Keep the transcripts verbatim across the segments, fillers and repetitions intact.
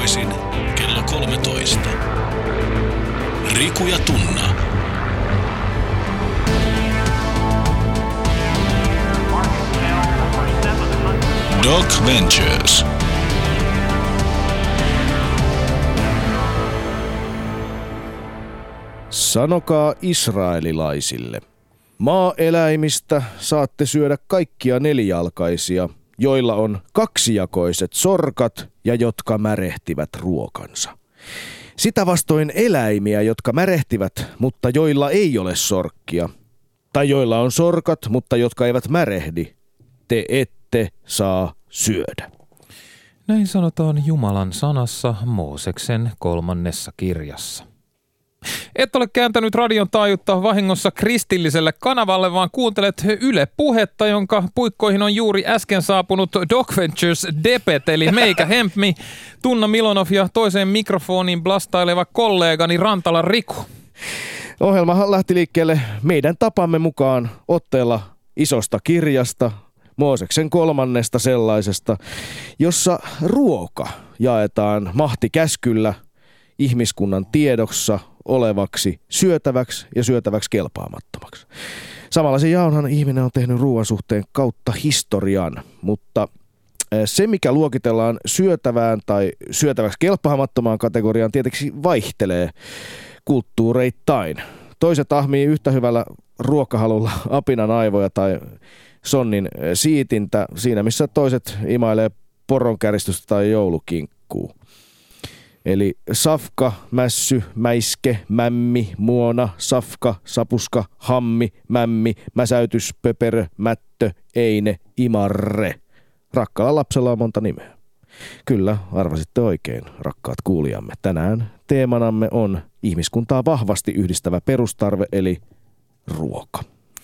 arkiaamuisin kello kolmetoista. Riku ja Tunna. Doc Ventures. Sanokaa israelilaisille. Maa-eläimistä saatte syödä kaikkia nelijalkaisia, joilla on kaksijakoiset sorkat ja jotka märehtivät ruokansa. Sitä vastoin eläimiä, jotka märehtivät, mutta joilla ei ole sorkkia, tai joilla on sorkat, mutta jotka eivät märehdi, te ette saa syödä. Näin sanotaan Jumalan sanassa Mooseksen kolmannessa kirjassa. Et ole kääntänyt radion taajuutta vahingossa kristilliselle kanavalle, vaan kuuntelet Yle Puhetta, jonka puikkoihin on juuri äsken saapunut Doc Ventures Depet, eli meikä Hempmi, Tunna Milonov ja toiseen mikrofoniin blastaileva kollegani Rantala Riku. Ohjelmahan lähti liikkeelle meidän tapamme mukaan otteella isosta kirjasta, Mooseksen kolmannesta sellaisesta, jossa ruoka jaetaan mahtikäskyllä ihmiskunnan tiedossa olevaksi syötäväksi ja syötäväksi kelpaamattomaksi. Samalla se jaonhan ihminen on tehnyt ruoan suhteen kautta historian, mutta se mikä luokitellaan syötävään tai syötäväksi kelpaamattomaan kategoriaan tietenkin vaihtelee kulttuureittain. Toiset ahmii yhtä hyvällä ruokahalulla apinan aivoja tai sonnin siitintä siinä, missä toiset imailee poronkäristystä tai joulukinkkuu. Eli safka, mässy, mäiske, mämmi, muona, safka, sapuska, hammi, mämmi, mäsäytys, pöperö, mättö, eine, imarre. Rakkaalla lapsella on monta nimeä. Kyllä, arvasitte oikein, rakkaat kuulijamme. Tänään teemanamme on ihmiskuntaa vahvasti yhdistävä perustarve, eli ruoka.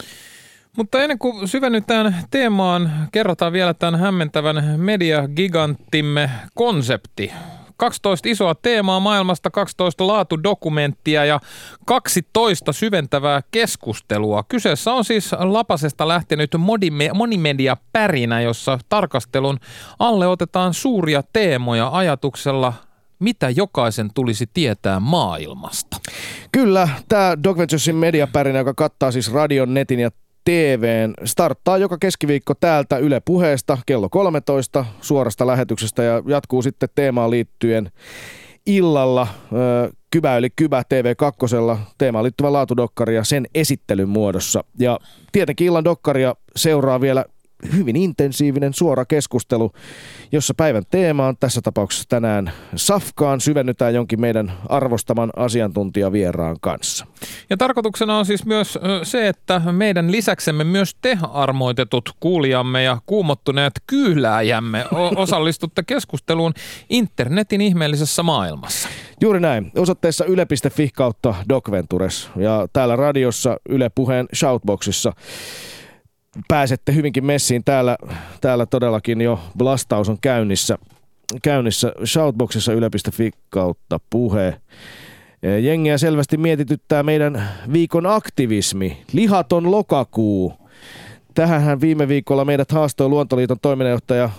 Mutta ennen kuin syvennytään teemaan, kerrotaan vielä tämän hämmentävän mediagiganttimme konsepti. kaksitoista isoa teemaa maailmasta, kaksitoista laatudokumenttia ja kaksitoista syventävää keskustelua. Kyseessä on siis lapasesta lähtenyt monimediapärinä, jossa tarkastelun alle otetaan suuria teemoja ajatuksella, mitä jokaisen tulisi tietää maailmasta. Kyllä, tämä Doc Venturesin mediapärinä, joka kattaa siis radion, netin ja T V:n, starttaa joka keskiviikko täältä Yle Puheesta kello kolmetoista suorasta lähetyksestä ja jatkuu sitten teemaan liittyen illalla ö, Kybä yli Kybä T V kaksi teemaan liittyvä laatudokkari ja sen esittelyn muodossa. Ja tietenkin illan dokkaria seuraa vielä hyvin intensiivinen suora keskustelu, jossa päivän teema on tässä tapauksessa tänään safkaan. Syvennytään jonkin meidän arvostaman asiantuntijavieraan kanssa. Ja tarkoituksena on siis myös se, että meidän lisäksemme myös te armoitetut kuulijamme ja kuumottuneet kyylääjämme osallistutte keskusteluun internetin ihmeellisessä maailmassa. Juuri näin. Osoitteessa yle piste fi kautta Doc Ventures ja täällä radiossa Yle Puheen Shoutboxissa pääsette hyvinkin messiin. Täällä, täällä todellakin jo blastaus on käynnissä. Käynnissä Shoutboxissa yle piste fi kautta puhe. Jengiä selvästi mietityttää meidän viikon aktivismi. Lihaton lokakuu. Tähänhän viime viikolla meidät haastoi Luontoliiton toiminnanjohtaja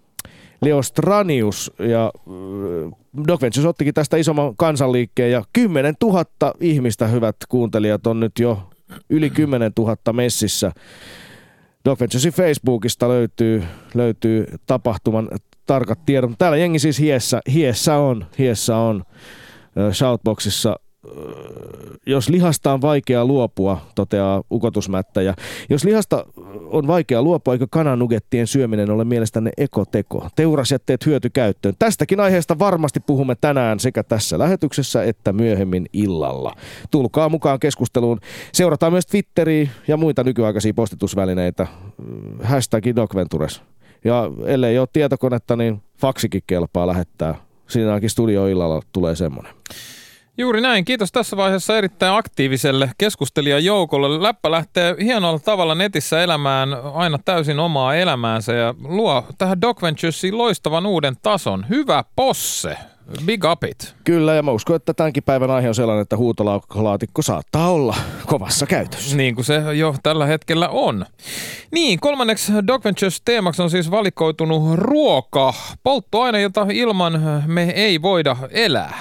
Leo Stranius ja Doc Ventures ottikin tästä isomman kansanliikkeen ja kymmenen tuhatta ihmistä, hyvät kuuntelijat, on nyt jo yli kymmenen tuhatta messissä. Doc Venturesin Facebookista löytyy, löytyy tapahtuman tarkat tiedot. Täällä jengi siis hiessä, hiessä on, hiessä on Shoutboxissa. Jos lihasta on vaikea luopua, toteaa ukotusmättä. Ja jos lihasta on vaikea luopua, eikö kananugettien syöminen ole mielestänne ekoteko? Teurasjätteet hyötykäyttöön. Tästäkin aiheesta varmasti puhumme tänään sekä tässä lähetyksessä että myöhemmin illalla. Tulkaa mukaan keskusteluun. Seurataan myös Twitteriä ja muita nykyaikaisia postitusvälineitä. Hashtag Doc Ventures. Ja ellei ole tietokonetta, niin faksikin kelpaa lähettää. Siinä ainakin studioillalla tulee semmoinen. Juuri näin. Kiitos tässä vaiheessa erittäin aktiiviselle keskustelijajoukolle. Läppä lähtee hienolla tavalla netissä elämään aina täysin omaa elämäänsä ja luo tähän Doc Venturesiin loistavan uuden tason. Hyvä posse! Big up it. Kyllä, ja mä uskon, että tämänkin päivän aihe on sellainen, että huutolaatikko saattaa olla kovassa käytössä. Niin kuin se jo tällä hetkellä on. Niin, kolmanneksi Dog Ventures teemaksi on siis valikoitunut ruoka, polttoaine, jota ilman me ei voida elää.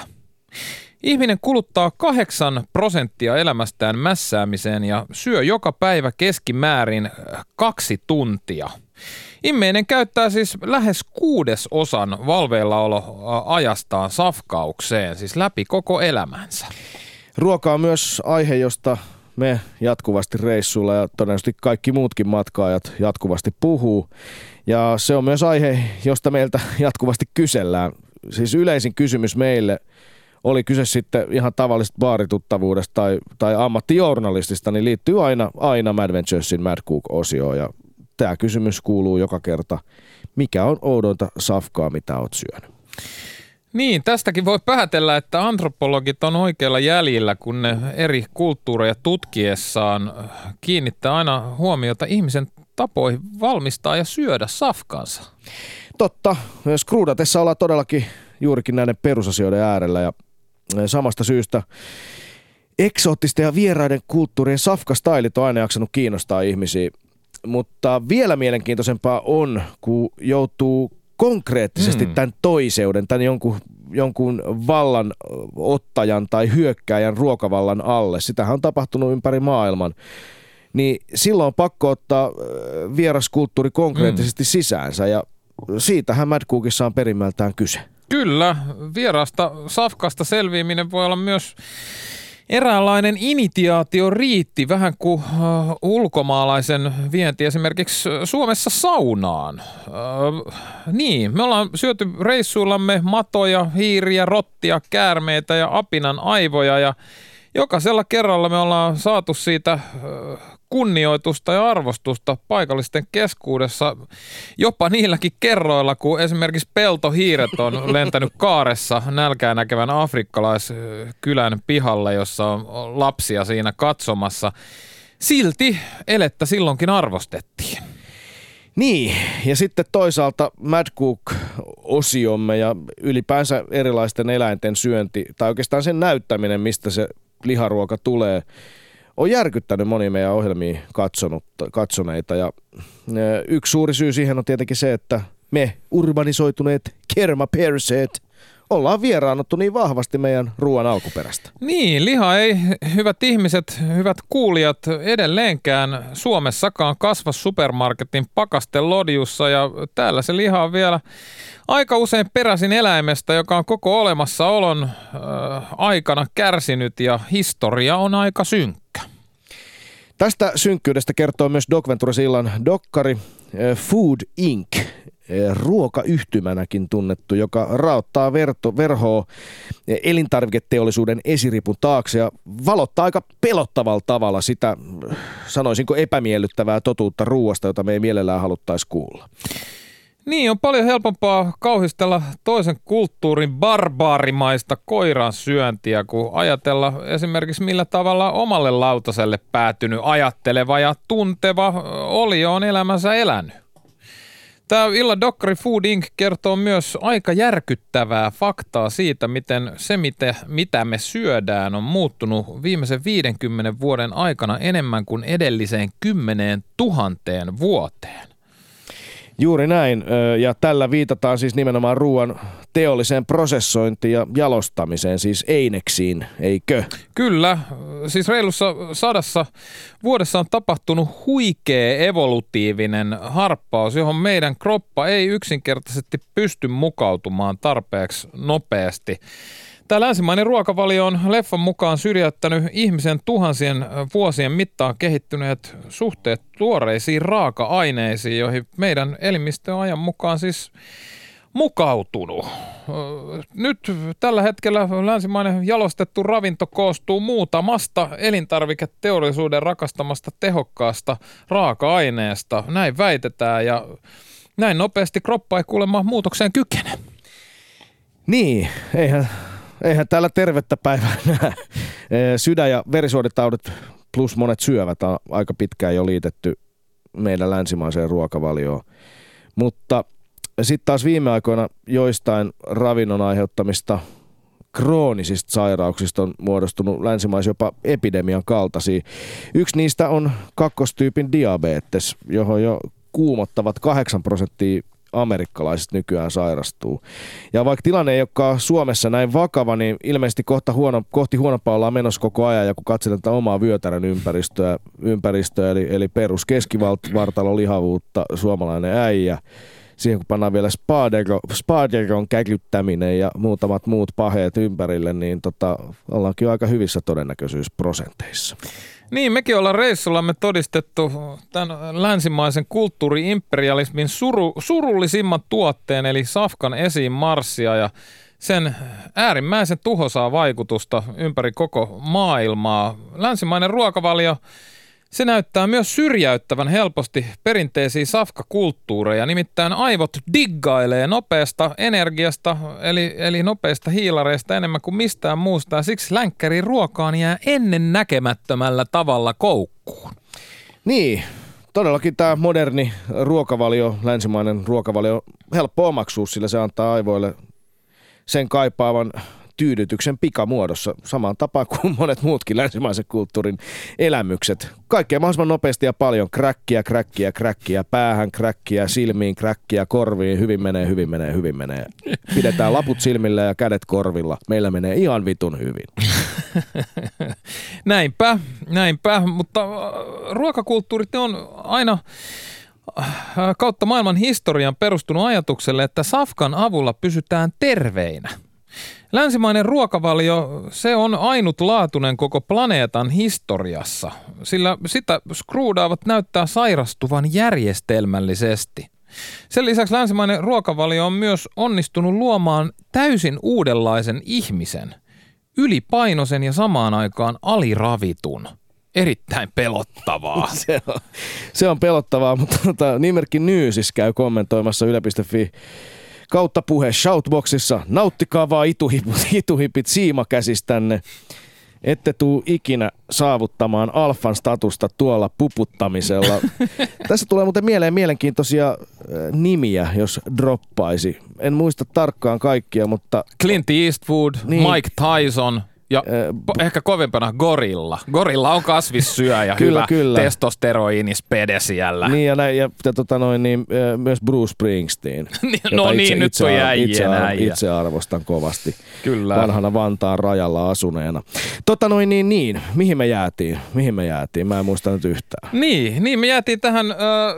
Ihminen kuluttaa kahdeksan prosenttia elämästään mässäämiseen ja syö joka päivä keskimäärin kaksi tuntia. Ihminen käyttää siis lähes kuudesosan valveillaoloajastaan safkaukseen, siis läpi koko elämänsä. Ruoka on myös aihe, josta me jatkuvasti reissuilla ja todennäköisesti kaikki muutkin matkaajat jatkuvasti puhuu. Ja se on myös aihe, josta meiltä jatkuvasti kysellään. Siis yleisin kysymys meille, oli kyse sitten ihan tavallisesta baarituttavuudesta tai, tai ammattijournalistista, niin liittyy aina, aina Mad Venturesin Mad Cook-osioon. Ja tämä kysymys kuuluu joka kerta, mikä on oudointa safkaa, mitä oot syönyt? Niin, tästäkin voi päätellä, että antropologit on oikealla jäljellä, kun ne eri kulttuureja tutkiessaan kiinnittää aina huomiota ihmisen tapoihin valmistaa ja syödä safkansa. Totta, Screwdatessa ollaan todellakin juurikin näiden perusasioiden äärellä ja samasta syystä eksoottisten ja vieraiden kulttuurien safkastailit on aina jaksanut kiinnostaa ihmisiä, mutta vielä mielenkiintoisempaa on, kun joutuu konkreettisesti mm. tämän toiseuden, tämän jonkun, jonkun vallan ottajan tai hyökkääjän ruokavallan alle. Sitähän on tapahtunut ympäri maailman. Niin silloin on pakko ottaa vieraskulttuuri konkreettisesti mm. sisäänsä ja siitähän Mad Cookissa on perimmältään kyse. Kyllä, vierasta safkasta selviäminen voi olla myös eräänlainen initiaatioriitti, vähän kuin uh, ulkomaalaisen vienti esimerkiksi Suomessa saunaan. Uh, niin, me ollaan syöty reissuillamme matoja, hiiriä, rottia, käärmeitä ja apinan aivoja ja jokaisella kerralla me ollaan saatu siitä uh, kunnioitusta ja arvostusta paikallisten keskuudessa jopa niilläkin kerroilla, kun esimerkiksi peltohiiret on lentänyt kaaressa nälkää näkevän afrikkalaiskylän pihalle, jossa on lapsia siinä katsomassa. Silti elettä silloinkin arvostettiin. Niin, ja sitten toisaalta Mad Cook-osiomme ja ylipäänsä erilaisten eläinten syönti, tai oikeastaan sen näyttäminen, mistä se liharuoka tulee, on järkyttänyt moni meidän ohjelmia katsonut, katsoneita ja yksi suuri syy siihen on tietenkin se, että me urbanisoituneet kermaperseet ollaan vieraannuttu niin vahvasti meidän ruoan alkuperästä. Niin, liha ei, hyvät ihmiset, hyvät kuulijat, edelleenkään Suomessakaan kasva supermarketin pakastelodjussa ja täällä se liha on vielä aika usein peräisin eläimestä, joka on koko olemassaolon äh, aikana kärsinyt ja historia on aika synkkä. Tästä synkkyydestä kertoo myös Dog Ventures illan dokkari äh, Food incorporated, äh, ruokayhtymänäkin tunnettu, joka raottaa verto, verhoa elintarviketeollisuuden esiripun taakse ja valottaa aika pelottavalla tavalla sitä, sanoisinko epämiellyttävää totuutta ruoasta, jota me ei mielellään haluttaisi kuulla. Niin, on paljon helpompaa kauhistella toisen kulttuurin barbaarimaista koiran syöntiä, kuin ajatella esimerkiksi millä tavalla omalle lautaselle päätynyt ajatteleva ja tunteva olio on elämänsä elänyt. Tämä illan dokkari Food incorporated kertoo myös aika järkyttävää faktaa siitä, miten se, mitä me syödään, on muuttunut viimeisen viidenkymmenen vuoden aikana enemmän kuin edelliseen kymmeneen tuhanteen vuoteen. Juuri näin, ja tällä viitataan siis nimenomaan ruoan teolliseen prosessointiin ja jalostamiseen, siis eineksiin, eikö? Kyllä, siis reilussa sadassa vuodessa on tapahtunut huikea evolutiivinen harppaus, johon meidän kroppa ei yksinkertaisesti pysty mukautumaan tarpeeksi nopeasti. Tämä länsimainen ruokavalio on leffan mukaan syrjäyttänyt ihmisen tuhansien vuosien mittaan kehittyneet suhteet tuoreisiin raaka-aineisiin, joihin meidän elimistö on ajan mukaan siis mukautunut. Nyt tällä hetkellä länsimainen jalostettu ravinto koostuu muutamasta elintarviketeollisuuden rakastamasta tehokkaasta raaka-aineesta. Näin väitetään ja näin nopeasti kroppa ei kuulemma muutokseen kykene. Niin, eihän... Eihän täällä tervettä päivää näe. Sydän- ja verisuonitaudit plus monet syövät on aika pitkään jo liitetty meidän länsimaiseen ruokavalioon. Mutta sitten taas viime aikoina joistain ravinnon aiheuttamista kroonisista sairauksista on muodostunut länsimaissa jopa epidemian kaltaisia. Yksi niistä on kakkostyypin diabetes, johon jo kuumottavat kahdeksan prosenttia amerikkalaiset nykyään sairastuu. Ja vaikka tilanne ei olekaan Suomessa näin vakava, niin ilmeisesti kohta huono, kohti huonompaa ollaan menossa koko ajan. Ja kun katsotaan omaa vyötärän ympäristöä, ympäristöä eli, eli perus keskivartalon lihavuutta, suomalainen äijä, siihen kun pannaan vielä Spaderon käkyttäminen ja muutamat muut paheet ympärille, niin tota, ollaankin aika hyvissä todennäköisyysprosenteissa. Niin, mekin ollaan reissullamme todistettu tämän länsimaisen kulttuuri-imperialismin suru, surullisimman tuotteen, eli safkan esiin marssia ja sen äärimmäisen tuhoisaa vaikutusta ympäri koko maailmaa. Länsimainen ruokavalio, se näyttää myös syrjäyttävän helposti perinteisiä safkakulttuureja, nimittäin aivot diggailee nopeasta energiasta, eli, eli nopeista hiilareista enemmän kuin mistään muusta, ja siksi länkkärin ruokaan jää ennen näkemättömällä tavalla koukkuun. Niin, todellakin tämä moderni ruokavalio, länsimainen ruokavalio, helppo omaksua, sillä se antaa aivoille sen kaipaavan tyydytyksen pikamuodossa, samaan tapaan kuin monet muutkin länsimaisen kulttuurin elämykset. Kaikkea mahdollisimman nopeasti ja paljon. Kräkkiä, kräkkiä, kräkkiä, päähän kräkkiä, silmiin kräkkiä, korviin. Hyvin menee, hyvin menee, hyvin menee. Pidetään laput silmillä ja kädet korvilla. Meillä menee ihan vitun hyvin. Näinpä, näinpä. Mutta ruokakulttuurit on aina kautta maailman historian perustunut ajatukselle, että safkan avulla pysytään terveinä. Länsimainen ruokavalio, se on ainutlaatuinen koko planeetan historiassa, sillä sitä skruudaavat näyttää sairastuvan järjestelmällisesti. Sen lisäksi länsimainen ruokavalio on myös onnistunut luomaan täysin uudenlaisen ihmisen, ylipainoisen ja samaan aikaan aliravitun. Erittäin pelottavaa. se, on, se on pelottavaa, mutta tota, nimimerkki Nyysis käy kommentoimassa yle piste fi kautta puhe Shoutboxissa. Nauttikaa vaan ituhipit, ituhipit siimakäsistänne. Ette tuu ikinä saavuttamaan alfan statusta tuolla puputtamisella. Tässä tulee muuten mieleen mielenkiintoisia nimiä, jos droppaisi. En muista tarkkaan kaikkia, mutta Clint Eastwood, niin. Mike Tyson ja äh, ehkä kovempana Gorilla. Gorilla on kasvissyöjä, kyllä, hyvä kyllä. testosteroinispede siellä. Niin ja, näin, ja, ja tota noin, niin, myös Bruce Springsteen. no niin, itse, nyt itse, on jäijä itse, äijä. itse arvostan kovasti. Kyllä. Vanhana Vantaan rajalla asuneena. Tota noin niin, niin. Mihin me jäätiin? Mihin me jäätiin? Mä en muista nyt yhtään. Niin, niin me jäätiin tähän äh,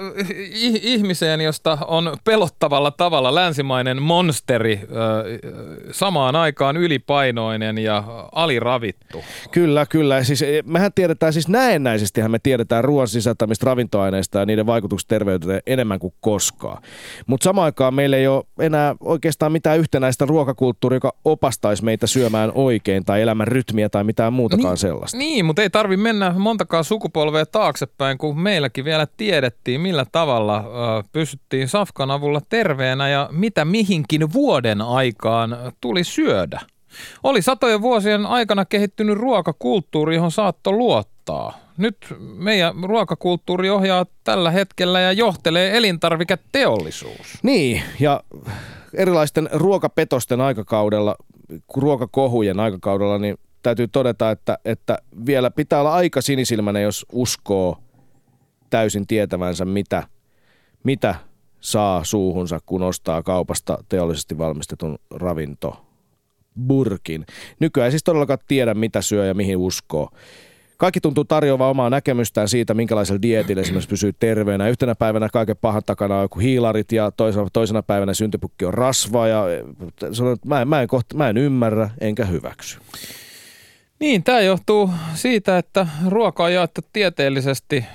ihmiseen, josta on pelottavalla tavalla länsimainen monsteri, äh, samaan aikaan ylipainoinen ja aliravittu. Kyllä, kyllä. Siis, mehän tiedetään, siis näennäisestihän me tiedetään ruoan sisältämistä ravintoaineista ja niiden vaikutukset terveyteen enemmän kuin koskaan. Mutta samaan aikaan meillä ei ole enää oikeastaan mitään yhtenäistä ruokakulttuuria, joka opastaisi meitä syömään oikein tai elämän rytmiä tai mitään muutakaan niin, sellaista. Niin, mutta ei tarvi mennä montakaan sukupolvea taaksepäin, kun meilläkin vielä tiedettiin, millä tavalla äh, pysyttiin safkan avulla terveenä ja mitä mihinkin vuoden aikaan tuli syödä. Oli satojen vuosien aikana kehittynyt ruokakulttuuri, johon saattoi luottaa. Nyt meidän ruokakulttuuri ohjaa tällä hetkellä ja johtelee elintarviketeollisuus. Niin, ja erilaisten ruokapetosten aikakaudella, ruokakohujen aikakaudella, niin täytyy todeta, että, että vielä pitää olla aika sinisilmäinen, jos uskoo täysin tietävänsä, mitä, mitä saa suuhunsa, kun ostaa kaupasta teollisesti valmistetun ravinto. Burkin. Nykyään ei siis todellakaan tiedä, mitä syö ja mihin uskoo. Kaikki tuntuu tarjoavan omaa näkemystään siitä, minkälaisella dietillä esimerkiksi pysyy terveenä. Yhtenä päivänä kaiken pahan takana on joku hiilarit ja toisena, toisena päivänä syntipukki on rasva. Ja sanon, mä, en, mä, en kohta, mä en ymmärrä enkä hyväksy. Niin, tämä johtuu siitä, että ruoka on jaettu tieteellisesti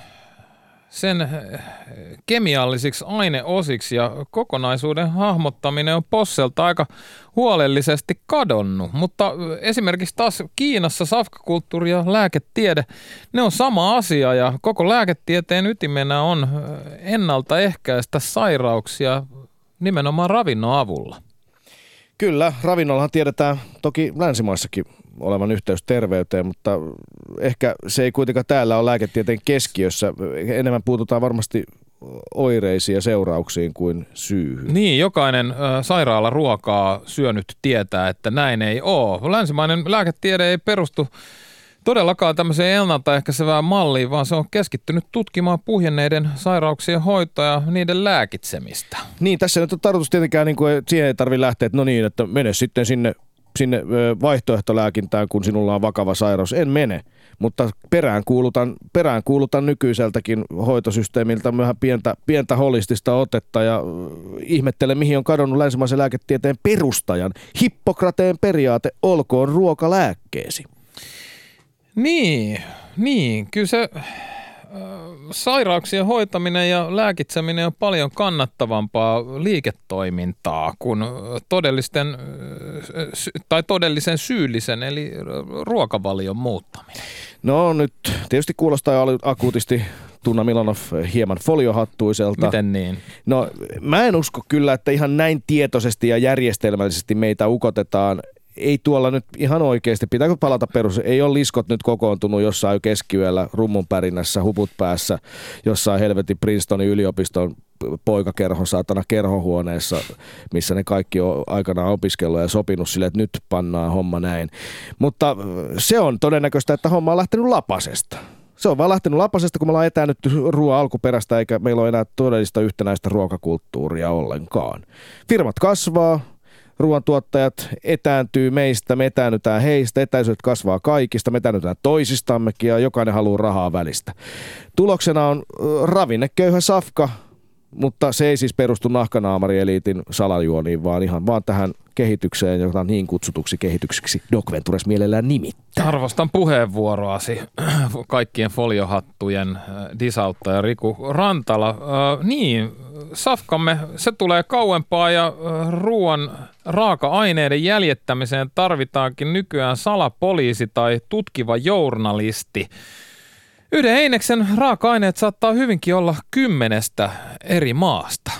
sen kemiallisiksi aineosiksi ja kokonaisuuden hahmottaminen on Posselta aika huolellisesti kadonnut. Mutta esimerkiksi taas Kiinassa safkakulttuuri ja lääketiede, ne on sama asia ja koko lääketieteen ytimenä on ennaltaehkäistä sairauksia nimenomaan ravinnon avulla. Kyllä, ravinnollahan tiedetään toki länsimaissakin olevan yhteys terveyteen, mutta ehkä se ei kuitenkaan täällä ole lääketieteen keskiössä. Enemmän puututaan varmasti oireisiin ja seurauksiin kuin syyhyn. Niin, jokainen äh, sairaalaruokaa syönyt tietää, että näin ei ole. Länsimainen lääketiede ei perustu todellakaan tämmöiseen ennaltaehkäisevään malliin, vaan se on keskittynyt tutkimaan puhjenneiden sairauksien hoitoa ja niiden lääkitsemistä. Niin, tässä nyt on tarkoitus tietenkään, niin kuin, siihen ei tarvitse lähteä, että no niin, että mene sitten sinne, sinne vaihtoehtolääkintään, kun sinulla on vakava sairaus. En mene, mutta perään kuulutan, perään kuulutan nykyiseltäkin hoitosysteemiltä vähän pientä, pientä holistista otetta ja ihmettelen, mihin on kadonnut länsimaisen lääketieteen perustajan Hippokrateen periaate, olkoon ruoka lääkkeesi. Niin, niin, kyllä se äh, sairauksien hoitaminen ja lääkitseminen on paljon kannattavampaa liiketoimintaa kuin todellisten, äh, sy- tai todellisen syyllisen, eli ruokavalion muuttaminen. No nyt tietysti kuulostaa jo akuutisti Tunna Milanov hieman foliohattuiselta. Miten niin? No mä en usko kyllä, että ihan näin tietoisesti ja järjestelmällisesti meitä ukotetaan. Ei tuolla nyt ihan oikeasti, pitääkö palata perus, ei ole liskot nyt kokoontunut jossain keskiyöllä rummunpärinässä, huput päässä, jossain helvetin Princetonin yliopiston poikakerhon saatana kerhohuoneessa, missä ne kaikki on aikanaan opiskellut ja sopinut sille, että nyt pannaan homma näin. Mutta se on todennäköistä, että homma on lähtenyt lapasesta. Se on vaan lähtenyt lapasesta, kun me ollaan etäännytty ruoan alkuperästä, eikä meillä ole enää todellista yhtenäistä ruokakulttuuria ollenkaan. Firmat kasvaa. Ruoantuottajat etääntyy meistä, me etäännytään heistä, etäisyydet kasvaa kaikista, me etäännytään toisistammekin ja jokainen haluaa rahaa välistä. Tuloksena on ravinneköyhä safka, mutta se ei siis perustu nahkanaamarieliitin salajuoniin, vaan ihan vaan tähän kehitykseen, jota niin kutsutuksi kehitykseksi Doc Ventures mielellään nimittää. Arvostan puheenvuoroasi kaikkien foliohattujen disauttaja Riku Rantala. Äh, niin, safkamme, se tulee kauempaa ja äh, ruoan raaka-aineiden jäljittämiseen tarvitaankin nykyään salapoliisi tai tutkiva journalisti. Yhden eineksen raaka-aineet saattaa hyvinkin olla kymmenestä eri maasta.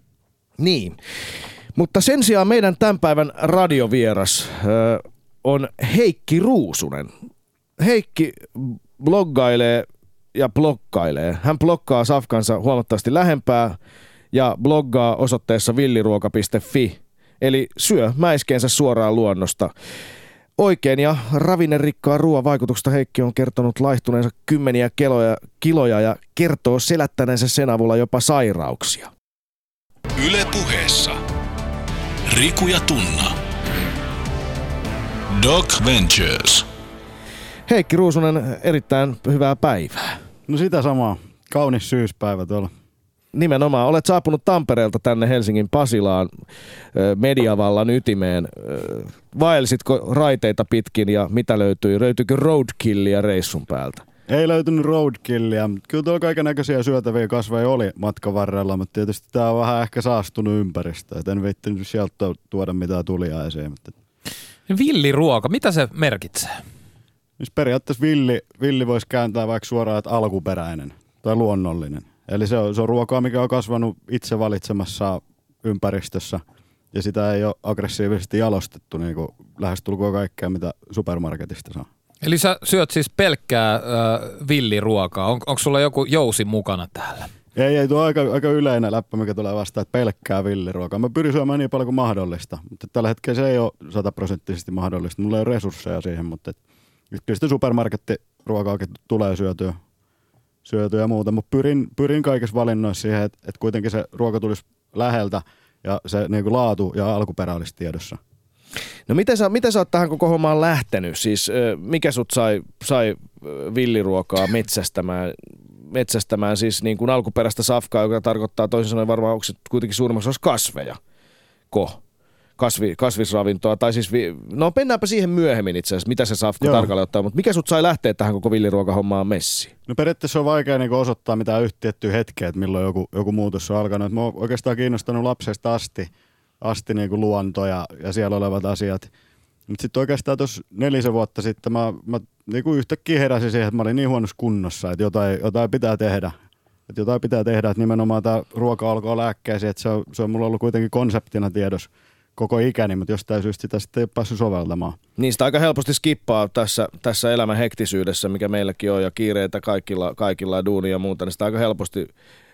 Niin, mutta sen sijaan meidän tämän päivän radiovieras ö, on Heikki Ruusunen. Heikki bloggailee ja blokkailee. Hän blokkaa safkansa huomattavasti lähempää ja bloggaa osoitteessa villiruoka piste fi, eli syö mäiskeensä suoraan luonnosta. Oikein ja ravinnerikkaan ruoan vaikutuksesta Heikki on kertonut laihtuneensa kymmeniä kiloja, kiloja ja kertoo selättäneensä sen avulla jopa sairauksia. Yle Puheessa Riku ja Tunna. Doc Ventures. Heikki Ruusunen, erittäin hyvää päivää. No sitä samaa. Kaunis syyspäivä tuolla. Nimenomaan. Olet saapunut Tampereelta tänne Helsingin Pasilaan Mediavallan ytimeen. Vaelsitko raiteita pitkin ja mitä löytyi? Löytyykö roadkillia reissun päältä? Ei löytynyt roadkillia. Kyllä tuolla kaikennäköisiä syötäviä kasveja oli matkan varrella, mutta tietysti tämä on vähän ehkä saastunut ympäristö. Et en viittinyt sieltä tuoda mitään tuliaiseen. Mutta... Villiruoka, mitä se merkitsee? Siis periaatteessa villi, villi voisi kääntää vaikka suoraan, että alkuperäinen tai luonnollinen. Eli se on, se on ruokaa, mikä on kasvanut itse valitsemassa ympäristössä ja sitä ei ole aggressiivisesti jalostettu niin kuin lähestulkoon kaikkea, mitä supermarketista saa. Eli sä syöt siis pelkkää äh, villiruokaa. On, onko sulla joku jousi mukana täällä? Ei, ei tuo aika, aika yleinen läppä, mikä tulee vastaan, että pelkkää villiruokaa. Mä pyrin syömään niin paljon kuin mahdollista, mutta tällä hetkellä se ei ole sataprosenttisesti mahdollista. Mulla ei ole resursseja siihen, mutta et, kyllä sitä supermarkettiruokaakin tulee syötyä. syötyä ja muuta, mutta pyrin, pyrin kaikessa valinnoissa siihen, että, että kuitenkin se ruoka tulisi läheltä ja se niin kuin laatu ja alkuperä olisi tiedossa. No miten sä, miten sä oot tähän koko hommaan lähtenyt? Siis mikä sut sai, sai villiruokaa metsästämään, metsästämään siis niin kuin alkuperäistä safkaa, joka tarkoittaa toisin sanoen varmaan, onko se kuitenkin suurimmaksi osassa kasveja? Ko? Kasvi, kasvisravintoa, tai siis, vi- no mennäänpä siihen myöhemmin itse asiassa, mitä se safka tarkalleen ottaa, mutta mikä sut sai lähteä tähän koko villiruokahommaan messiin? No periaatteessa on vaikea niin osoittaa mitään yhtiettyä hetkeä, että milloin joku, joku muutos on alkanut. Mä oon oikeastaan kiinnostanut lapsesta asti, asti niin kuin luonto ja, ja siellä olevat asiat. Mutta sitten oikeastaan tuossa nelisen vuotta sitten mä, mä niin kuin yhtäkkiä heräsin siihen, että mä olin niin huonossa kunnossa, että jotain, jotain pitää tehdä. Että jotain pitää tehdä, että nimenomaan tämä ruoka alkoi lääkkeeseen, että se on, se on mulla ollut kuitenkin konseptina tiedossa koko ikäni, mutta jostain syystä sitä sitten ei päässyt soveltamaan. Niistä aika helposti skippaa tässä, tässä elämän hektisyydessä, mikä meilläkin on, ja kiireitä kaikilla, kaikilla duunia ja muuta, niin sitä aika helposti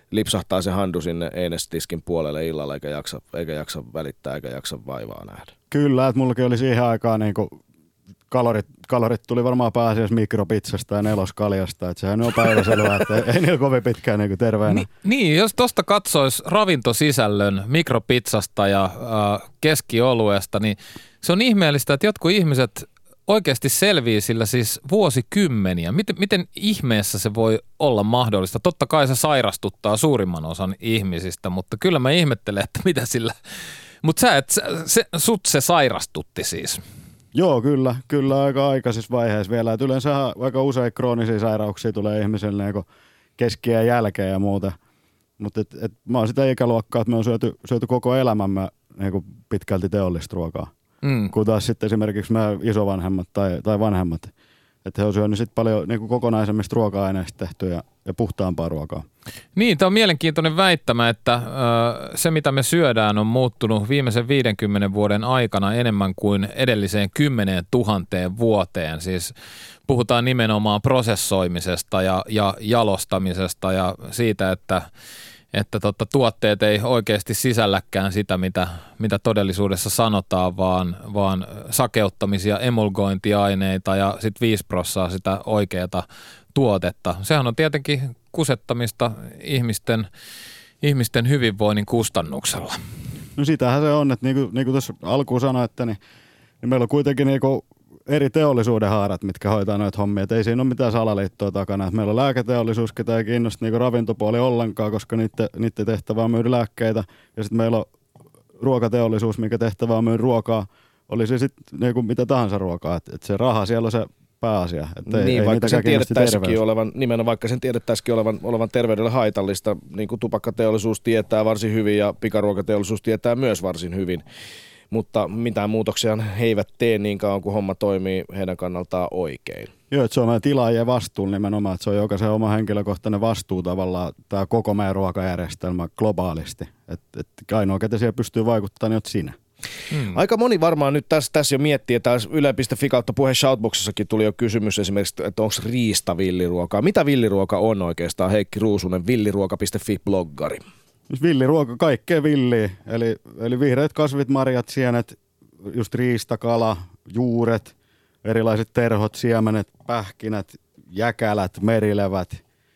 lipsahtaa se handu sinne einestiskin puolelle illalla eikä jaksa, eikä jaksa välittää eikä jaksa vaivaa nähdä. Kyllä, että mullakin oli siihen aikaan niin kuin kalorit, kalorit tuli varmaan pääasiassa mikropizzasta ja neloskaljasta, että sehän on päiväselvää, että ei, ei niillä kovin pitkään niin kuin terveenä. Ni, niin, jos tuosta katsoisi ravintosisällön mikropizzasta ja äh, keskioluesta, niin se on ihmeellistä, että jotkut ihmiset oikeasti selvii sillä siis vuosikymmeniä. Miten, miten ihmeessä se voi olla mahdollista? Totta kai se sairastuttaa suurimman osan ihmisistä, mutta kyllä mä ihmettelen, että mitä sillä... Mutta sä et, se, sut se sairastutti siis. Joo, kyllä. Kyllä aika aikaisissa vaiheissa vielä. Et yleensä aika usein kroonisia sairauksia tulee ihmiselle niin keskiään jälkeen ja muuta. Mutta et, et, mä oon sitä ikäluokkaa, että me on syöty, syöty koko elämämme niin pitkälti teollista ruokaa. Mm. Kun taas sitten esimerkiksi meidän isovanhemmat tai, tai vanhemmat, että he on syönyt sitten paljon niin kuin kokonaisemmista ruoka-aineista tehtyä ja, ja puhtaampaa ruokaa. Niin, tämä on mielenkiintoinen väittämä, että ö, se mitä me syödään on muuttunut viimeisen viidenkymmenen vuoden aikana enemmän kuin edelliseen kymmeneen tuhanteen vuoteen. Siis puhutaan nimenomaan prosessoimisesta ja, ja jalostamisesta ja siitä, että että totta, tuotteet ei oikeasti sisälläkään sitä, mitä, mitä todellisuudessa sanotaan, vaan, vaan sakeuttamisia emulgointiaineita ja sitten viisi prosenttia sitä oikeata tuotetta. Sehän on tietenkin kusettamista ihmisten, ihmisten hyvinvoinnin kustannuksella. No sitähän se on, että niin kuin, niin kuin tuossa alkuun sanoin, että niin, niin meillä on kuitenkin niin kuin eri teollisuuden haarat, mitkä hoitaa noita hommia. Et ei siinä ole mitään salaliittoa takana. Et meillä on lääketeollisuus, ketä ei kiinnosta niinku ravintopuoli ollenkaan, koska niiden, niiden tehtävä on myydä lääkkeitä. Ja sitten meillä on ruokateollisuus, mikä tehtävä on myydä ruokaa. Oli se sitten niinku mitä tahansa ruokaa. Et, et se raha siellä on se pääasia. Et ei, niin, ei vaikka sen tiedettäisikin olevan, nimenomaan vaikka sen tiedettäisikin olevan, olevan terveydelle haitallista, niin kuin tupakkateollisuus tietää varsin hyvin ja pikaruokateollisuus tietää myös varsin hyvin. Mutta mitään muutoksia he eivät tee niin kauan, kun homma toimii heidän kannaltaan oikein. Joo, että se on meidän tilaajien vastuun nimenomaan, että se on jokaisen oma henkilökohtainen vastuu tavallaan tämä koko meidän ruokajärjestelmä globaalisti. Että et ainoa, ketä siellä pystyy vaikuttamaan, niin olet sinä. Hmm. Aika moni varmaan nyt tässä, tässä jo miettii, että yle piste fi kautta puhe Shoutboxissakin tuli jo kysymys esimerkiksi, että onko riista villiruokaa. Mitä villiruoka on oikeastaan? Heikki Ruusunen, villiruoka piste fi-bloggari. Villiruoka, kaikkea villiä, eli, eli vihreät kasvit, marjat, sienet, just riista, kala, juuret, erilaiset terhot, siemenet, pähkinät, jäkälät, merilevät.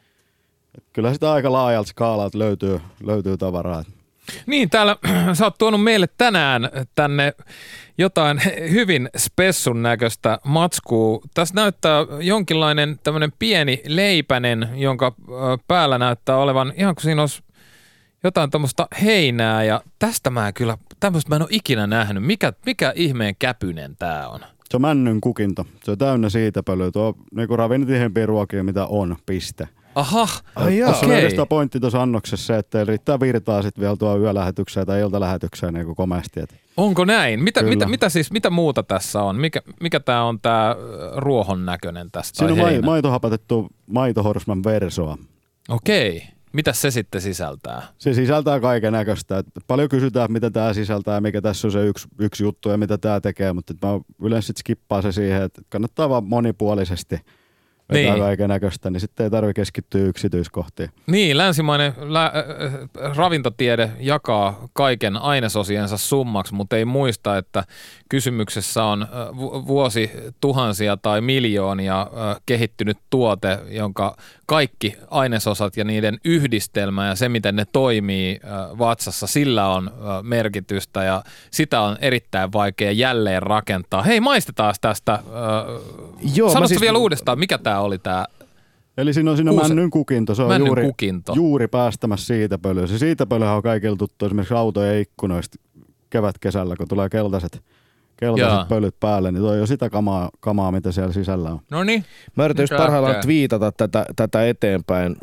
Et kyllä sitä aika laajalta skaalalta löytyy, löytyy tavaraa. Niin, täällä sä oot tuonut meille tänään tänne jotain hyvin spessun näköistä matskua. Tässä näyttää jonkinlainen tämmöinen pieni leipänen, jonka päällä näyttää olevan ihan kuin siinä olisi jotain tuommoista heinää ja tästä mä kyllä, tämmöistä mä en ole ikinä nähnyt. Mikä, mikä ihmeen käpynen tää on? Se on männyn kukinto. Se on täynnä siitapölyä. Tuo on niinku ravinnotihempiä ruokia, mitä on, piste. Aha, okei. Tuossa on oikeastaan pointti tuossa annoksessa se, että riittää virtaa sitten vielä tuo yölähetykseen tai iltalähetykseen niin kuin komeasti. Onko näin? Mitä, mitä, mitä, siis, mitä muuta tässä on? Mikä, mikä tää on tää ruohon näköinen tästä? Siinä on heinä? maitohapatettu maitohorsman versoa. Okei. Mitä se sitten sisältää? Se sisältää kaiken näköistä. Paljon kysytään, mitä tämä sisältää ja mikä tässä on se yksi, yksi juttu ja mitä tämä tekee, mutta mä yleensä sit skippaan se siihen, että kannattaa vaan monipuolisesti vetää niin kaiken näköistä, niin sitten ei tarvitse keskittyä yksityiskohtiin. Niin, länsimainen lä- äh, ravintotiede jakaa kaiken ainesosiensa summaksi, mutta ei muista, että kysymyksessä on vu- vuosi tuhansia tai miljoonia äh, kehittynyt tuote, jonka kaikki ainesosat ja niiden yhdistelmä ja se, miten ne toimii äh, vatsassa, sillä on äh, merkitystä ja sitä on erittäin vaikea jälleen rakentaa. Hei, maistetaan tästä. Äh, Joo, sanotko siis vielä uudestaan, mikä tämä oli tämä? Eli siinä on siinä Kuuse... männyn kukinto. Se on männyn juuri, kukinto. juuri päästämässä siitapölyä. Se siitapölyhän on kaikilla tuttu esimerkiksi autojen ikkunoista kevät-kesällä, kun tulee keltaiset, keltaiset Jaa. pölyt päälle, niin toi on sitä kamaa, kamaa, mitä siellä sisällä on. No niin. Mä yritän just parhaillaan twiitata tätä, tätä eteenpäin.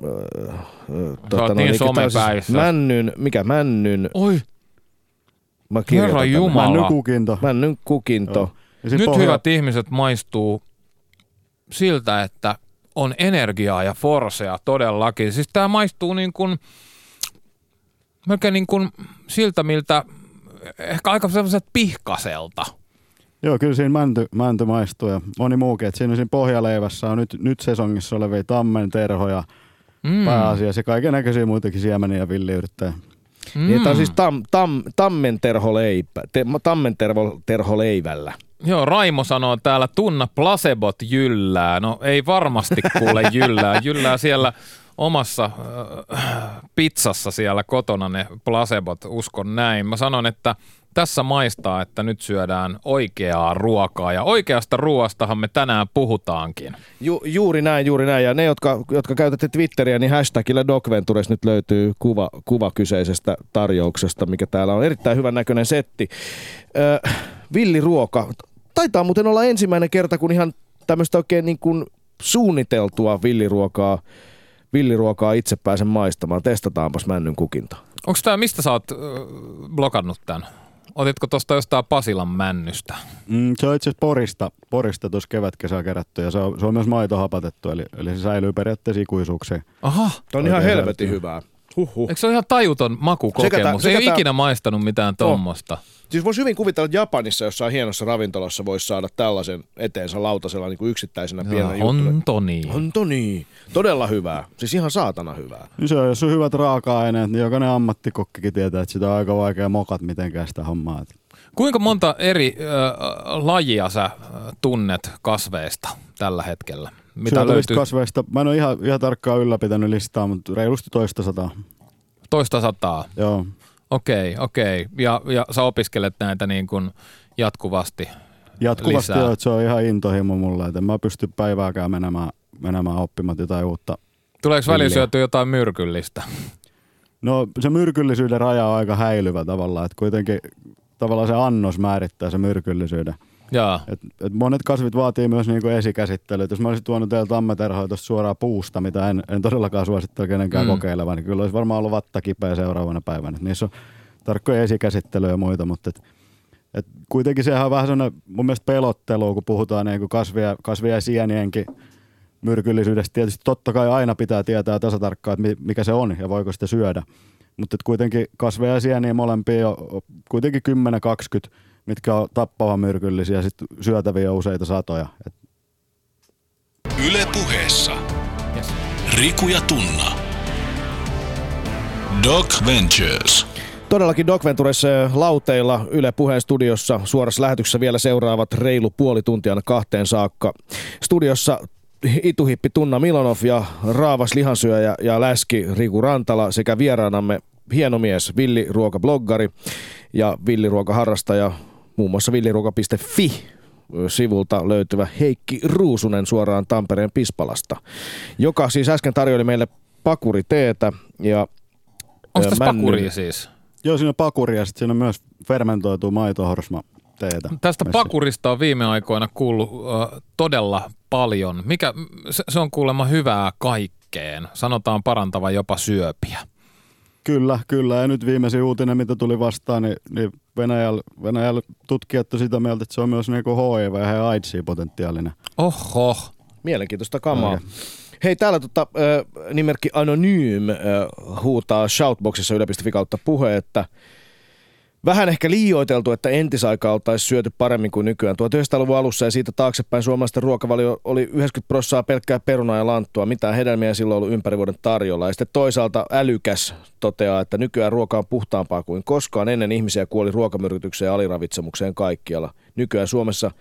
Sä oot niin somepäissä. Männyn, mikä männyn? Oi. Mä Herra Jumala. Männyn kukinto. Männyn kukinto. Nyt pohja... hyvät ihmiset maistuu siltä, että on energiaa ja forsea todellakin. Siis tää maistuu niin kuin, melkein niin kuin siltä, miltä ehkä aika sellaiset pihkaselta. Joo, kyllä siinä mänty, mänty maistuu ja moni muukin. Että siinä, siinä pohjaleivässä on nyt, nyt sesongissa olevia tammen, terhoja, mm. pääasiassa ja kaiken näköisiä muitakin siemeniä ja villiyrttejä. Mm. Niin, tämä on siis tam, tam, tammenterholeipä, te, tammenterholeivällä. Joo, Raimo sanoo täällä, tunna placebot jyllää. No ei varmasti kuule jyllää. Jyllää siellä omassa äh, pizzassa siellä kotona ne placebot, uskon näin. Mä sanon, että tässä maistaa, että nyt syödään oikeaa ruokaa ja oikeasta ruoastahan me tänään puhutaankin. Ju, juuri näin, juuri näin. Ja ne, jotka, jotka käytätte Twitteriä, niin hashtagillä DocVentures nyt löytyy kuva, kuva kyseisestä tarjouksesta, mikä täällä on erittäin hyvän näköinen setti. Ö, villiruoka. Taitaa muuten olla ensimmäinen kerta, kun ihan tämmöistä oikein niin kuin suunniteltua villiruokaa, villiruokaa itse pääsen maistamaan. Testataanpas männyn kukinta. Onko tämä, mistä sä oot äh, blokannut tämän? Otitko tuosta jostain Pasilan männystä? Mm, se on itse asiassa Porista, Porista tuossa kevätkesällä kerätty ja se on, se on myös maitohapatettu, eli, eli se säilyy periaatteessa ikuisuuksiin. Aha, tämä on ihan helvetin hyvää. Huhhuh. Eikö se ole ihan tajuton makukokemus? Ei ole tää... ikinä maistanut mitään tommosta. Oh. Siis voisi hyvin kuvitella, että Japanissa jossain hienossa ravintolassa voisi saada tällaisen eteensä lautasella niin kuin yksittäisenä pienenä juttuna. Ontoni. Ontoni. Todella hyvää. Siis ihan saatana hyvää. Se on, jos on hyvät raaka-aineet, niin jokainen ammattikokkikin tietää, että sitä on aika vaikea mokat mitenkään sitä hommaa. Kuinka monta eri äh, lajia sä tunnet kasveista tällä hetkellä? Mitä löytyy? Kasveista. Mä en ole ihan, ihan tarkkaan ylläpitänyt listaa, mutta reilusti toista sataa. Toista sataa? Joo. Okei, okei. Ja, ja sä opiskelet näitä niin kuin jatkuvasti Jatkuvasti lisää. Joo, että se on ihan intohimo mulle. Että en mä pysty päivääkään menemään, menemään oppimaan jotain uutta. Tuleeko välillä syötyä jotain myrkyllistä? No se myrkyllisyyden raja on aika häilyvä tavallaan. Että kuitenkin tavallaan se annos määrittää se myrkyllisyyden. Et, et monet kasvit vaatii myös niinku esikäsittelyä. Jos mä olisin tuonut teillä tammeterhoa tuosta suoraan puusta, mitä en, en todellakaan suosittele kenenkään mm. kokeilevan, niin kyllä olisi varmaan ollut vatta kipeä seuraavana päivänä. Et niissä on tarkkoja esikäsittelyjä ja muita, mutta et, et kuitenkin sehän on vähän sellainen mun mielestä pelottelu, kun puhutaan niinku kasvia, kasvia ja sienienkin myrkyllisyydestä. Tietysti totta kai aina pitää tietää tasatarkkaan, että mikä se on ja voiko sitä syödä. Mutta kuitenkin kasveja ja sieniä molempia on kuitenkin kymmenen kaksikymmentä, mitkä on tappavan myrkyllisiä ja sitten syötäviä useita satoja. Et. Yle Puheessa. Yes. Riku ja Tunna. Doc Ventures. Todellakin Doc Ventures lauteilla Yle Puheen studiossa. Suorassa lähetyksessä vielä seuraavat reilu puoli tuntia kahteen saakka. Studiossa ituhippi Tunna Milonov ja raavas lihansyöjä ja läski Riku Rantala sekä vieraanamme hieno mies, villiruokabloggari ja villiruokaharrastaja, muun muassa villiruoka piste fi sivulta löytyvä Heikki Ruusunen suoraan Tampereen Pispalasta, joka siis äsken tarjoili meille pakuriteetä. Ja onko tässä männy... pakuria siis? Joo, siinä on pakuria ja sitten siinä on myös fermentoitua maitohorsma teetä. Tästä messiin. Pakurista on viime aikoina kuullut uh, todella paljon. Mikä, se, se on kuulemma hyvää kaikkeen. Sanotaan parantavan jopa syöpiä. Kyllä, kyllä. Ja nyt viimeisin uutinen, mitä tuli vastaan, niin, niin Venäjällä, Venäjällä tutkijat on sitä mieltä, että se on myös niin kuin H I V ja AIDSia potentiaalinen. Oho. Mielenkiintoista kamaa. Okay. Hei, täällä tota, äh, nimerkki Anonym äh, huutaa Shoutboxissa yle piste fi kautta puhe, että vähän ehkä liioiteltu, että entisaikaa oltaisiin syöty paremmin kuin nykyään. tuhatyhdeksänsataaluvun alussa ja siitä taaksepäin suomalaisten ruokavalio oli yhdeksänkymmentä prosenttia pelkkää perunaa ja lanttua. Mitään hedelmiä ei silloin ollut ympäri vuoden tarjolla. Ja sitten toisaalta älykäs toteaa, että nykyään ruoka on puhtaampaa kuin koskaan. Ennen ihmisiä kuoli ruokamyrkytykseen ja aliravitsemukseen kaikkialla. Nykyään Suomessa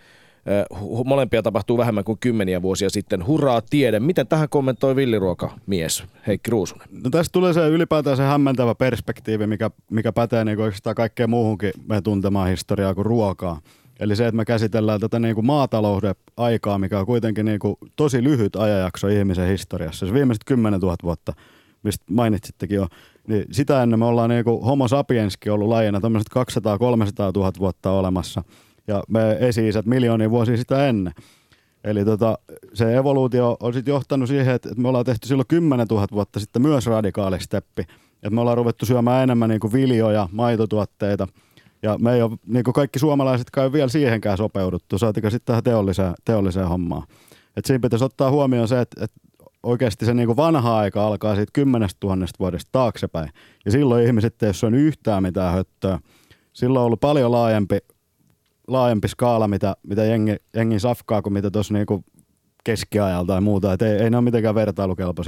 molempia tapahtuu vähemmän kuin kymmeniä vuosia sitten. Hurraa tiede. Miten tähän kommentoi villiruokamies Heikki Ruusunen? No tästä tulee se ylipäätään se hämmentävä perspektiivi, mikä, mikä pätee niin oikeastaan kaikkeen muuhunkin meidän tuntemaan historiaa kuin ruokaa. Eli se, että me käsitellään tätä niin kuin maatalouden aikaa, mikä on kuitenkin niin kuin tosi lyhyt ajanjakso ihmisen historiassa. Se viimeiset kymmenen tuhatta vuotta, mistä mainitsittekin jo, niin sitä ennen me ollaan niin kuin homo sapienskin ollut lajina tämmöiset kaksisataa kolmesataa tuhatta vuotta olemassa. Ja me esi-isät miljoonia vuosia sitä ennen. Eli tota, se evoluutio on sitten johtanut siihen, että me ollaan tehty silloin kymmenen tuhatta vuotta sitten myös radikaali steppi. Että me ollaan ruvettu syömään enemmän niin kuin viljoja, maitotuotteita. Ja me ei ole, niin kuin kaikki suomalaisetkaan ei vielä siihenkään sopeuduttu. Saatika sitten tähän teolliseen, teolliseen hommaan. Et siinä pitäisi ottaa huomioon se, että, että oikeasti se niin kuin vanha aika alkaa siitä kymmenestä tuhannesta vuodesta taaksepäin. Ja silloin ihmiset ei ole yhtään mitään höttöä. Silloin on ollut paljon laajempi laajempi skaala, mitä, mitä jengi, jengi safkaa kuin mitä tuossa niinku keskiajalla tai muuta. Et ei, ei ne ole mitenkään vertailukelpoisia.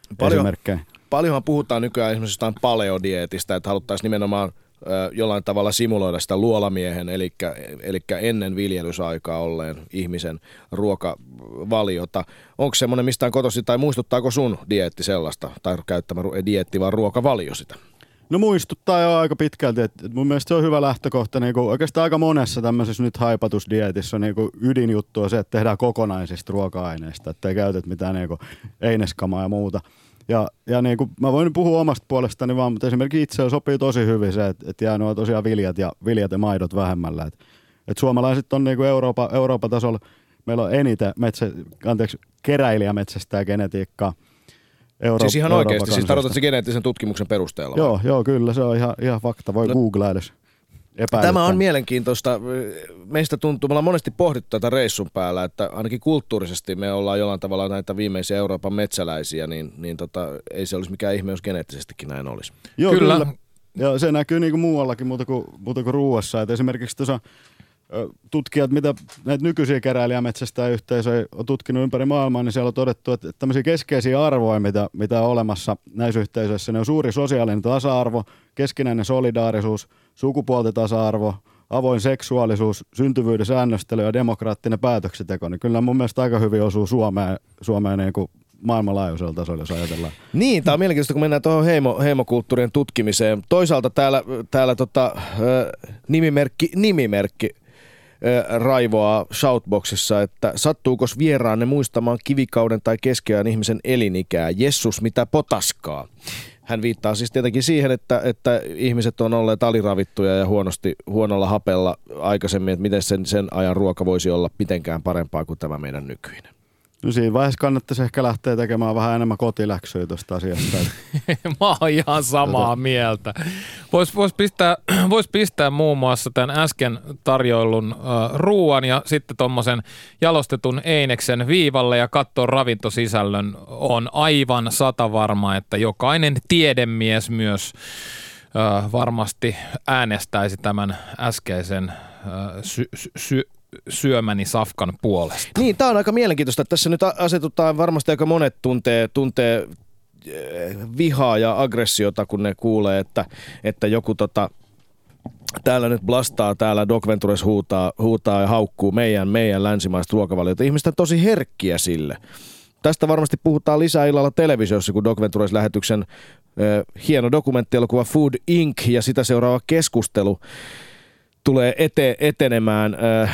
Paljon, esimerkkejä. Paljonhan puhutaan nykyään esimerkiksi jostain paleodieetistä, että haluttaisiin nimenomaan ö, jollain tavalla simuloida sitä luolamiehen, eli, eli ennen viljelysaikaa olleen ihmisen ruokavaliota. Onko semmoinen mistään kotosi tai muistuttaako sun dieetti sellaista, tai käyttämä dieetti vaan ruokavalio sitä? No muistuttaa jo aika pitkälti, että mun mielestä se on hyvä lähtökohta. Niin kuin oikeastaan aika monessa tämmöisessä nyt haipatusdietissä niin kuin ydinjuttu on se, että tehdään kokonaisista ruoka-aineista, ettei käytetä mitään niin kuin eineskamaa ja muuta. Ja, ja niin kuin mä voin puhua omasta puolestani vaan, mutta esimerkiksi itsellä sopii tosi hyvin se, että, että jää nuo tosiaan viljat ja, viljat ja maidot vähemmällä. Että, että suomalaiset on niin kuin Eurooppa, Euroopan tasolla, meillä on eniten metsä, anteeksi, keräilijämetsästää genetiikkaa. Euro- siis ihan oikeasti, siis tarkoitat se geneettisen tutkimuksen perusteella? Joo, joo, kyllä, se on ihan, ihan fakta. Voi no, googlailla, jos epäilyttää. Tämä on mielenkiintoista. Meistä tuntuu, me ollaan monesti pohdittu tätä reissun päällä, että ainakin kulttuurisesti me ollaan jollain tavalla näitä viimeisiä Euroopan metsäläisiä, niin, niin tota, ei se olisi mikään ihme, jos geneettisestikin näin olisi. Joo, kyllä. kyllä. Ja se näkyy niin kuin muuallakin muuta kuin, muuta kuin ruuassa. Et esimerkiksi tuossa tutkijat, mitä näitä nykyisiä keräilijämetsästäjäyhteisöjä on tutkinut ympäri maailmaa, niin siellä on todettu, että tämmöisiä keskeisiä arvoja, mitä, mitä on olemassa näissä yhteisöissä, ne on suuri sosiaalinen tasa-arvo, keskinäinen solidaarisuus, sukupuolten tasa-arvo, avoin seksuaalisuus, syntyvyyden säännöstely ja demokraattinen päätöksenteko. Niin kyllä mun mielestä aika hyvin osuu Suomeen, Suomeen niin kuin maailmanlaajuisella tasolla, jos ajatellaan. Niin, tämä on mielenkiintoista, kun mennään tuohon heimo, heimokulttuurien tutkimiseen. Toisaalta täällä, täällä tota, nimimerkki, nimimerkki raivoaa Shoutboxissa, että sattuuko vieraanne muistamaan kivikauden tai keskiajan ihmisen elinikää? Jessus, mitä potaskaa. Hän viittaa siis tietenkin siihen, että, että ihmiset on olleet aliravittuja ja huonosti, huonolla hapella aikaisemmin, että miten sen, sen ajan ruoka voisi olla mitenkään parempaa kuin tämä meidän nykyinen. No siinä vaiheessa kannattaisi ehkä lähteä tekemään vähän enemmän kotiläksyä tuosta asiasta. Mä oon ihan samaa tota. mieltä. Voisi vois pistää, vois pistää muun muassa tämän äsken tarjoillun uh, ruuan ja sitten tommosen jalostetun eineksen viivalle ja katsoa ravintosisällön. On aivan satavarma, että jokainen tiedemies myös uh, varmasti äänestäisi tämän äskeisen uh, sy- sy- syömäni safkan puolesta. Niin, tämä on aika mielenkiintoista, että tässä nyt asetutaan, varmasti aika monet tuntee, tuntee vihaa ja aggressiota, kun ne kuulee, että, että joku tota, täällä nyt blastaa, täällä Doc Ventures huutaa, huutaa ja haukkuu meidän, meidän länsimaista ruokavaliota. Ihmiset on tosi herkkiä sille. Tästä varmasti puhutaan lisää illalla televisiossa, kun Doc Ventures-lähetyksen äh, hieno dokumenttielokuva Food incorporated ja sitä seuraava keskustelu tulee ete, etenemään äh,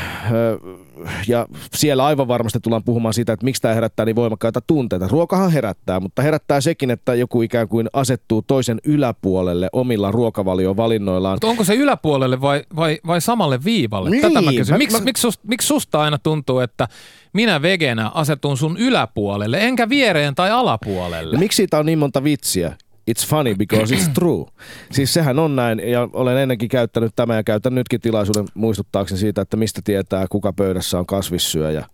äh, ja siellä aivan varmasti tullaan puhumaan siitä, että miksi tämä herättää niin voimakkaita tunteita. Ruokahan herättää, mutta herättää sekin, että joku ikään kuin asettuu toisen yläpuolelle omilla ruokavaliovalinnoillaan. Mutta onko se yläpuolelle vai, vai, vai samalle viivalle? Niin. Tätä mä kysyn. Miksi mä... miksi susta, miksi susta aina tuntuu, että minä vegenä asetun sun yläpuolelle, enkä viereen tai alapuolelle? Ja miksi siitä on niin monta vitsiä? It's funny because it's true. Siis sehän on näin, ja olen ennenkin käyttänyt tämän ja käytän nytkin tilaisuuden muistuttaakseni siitä, että mistä tietää, kuka pöydässä on kasvissyöjä.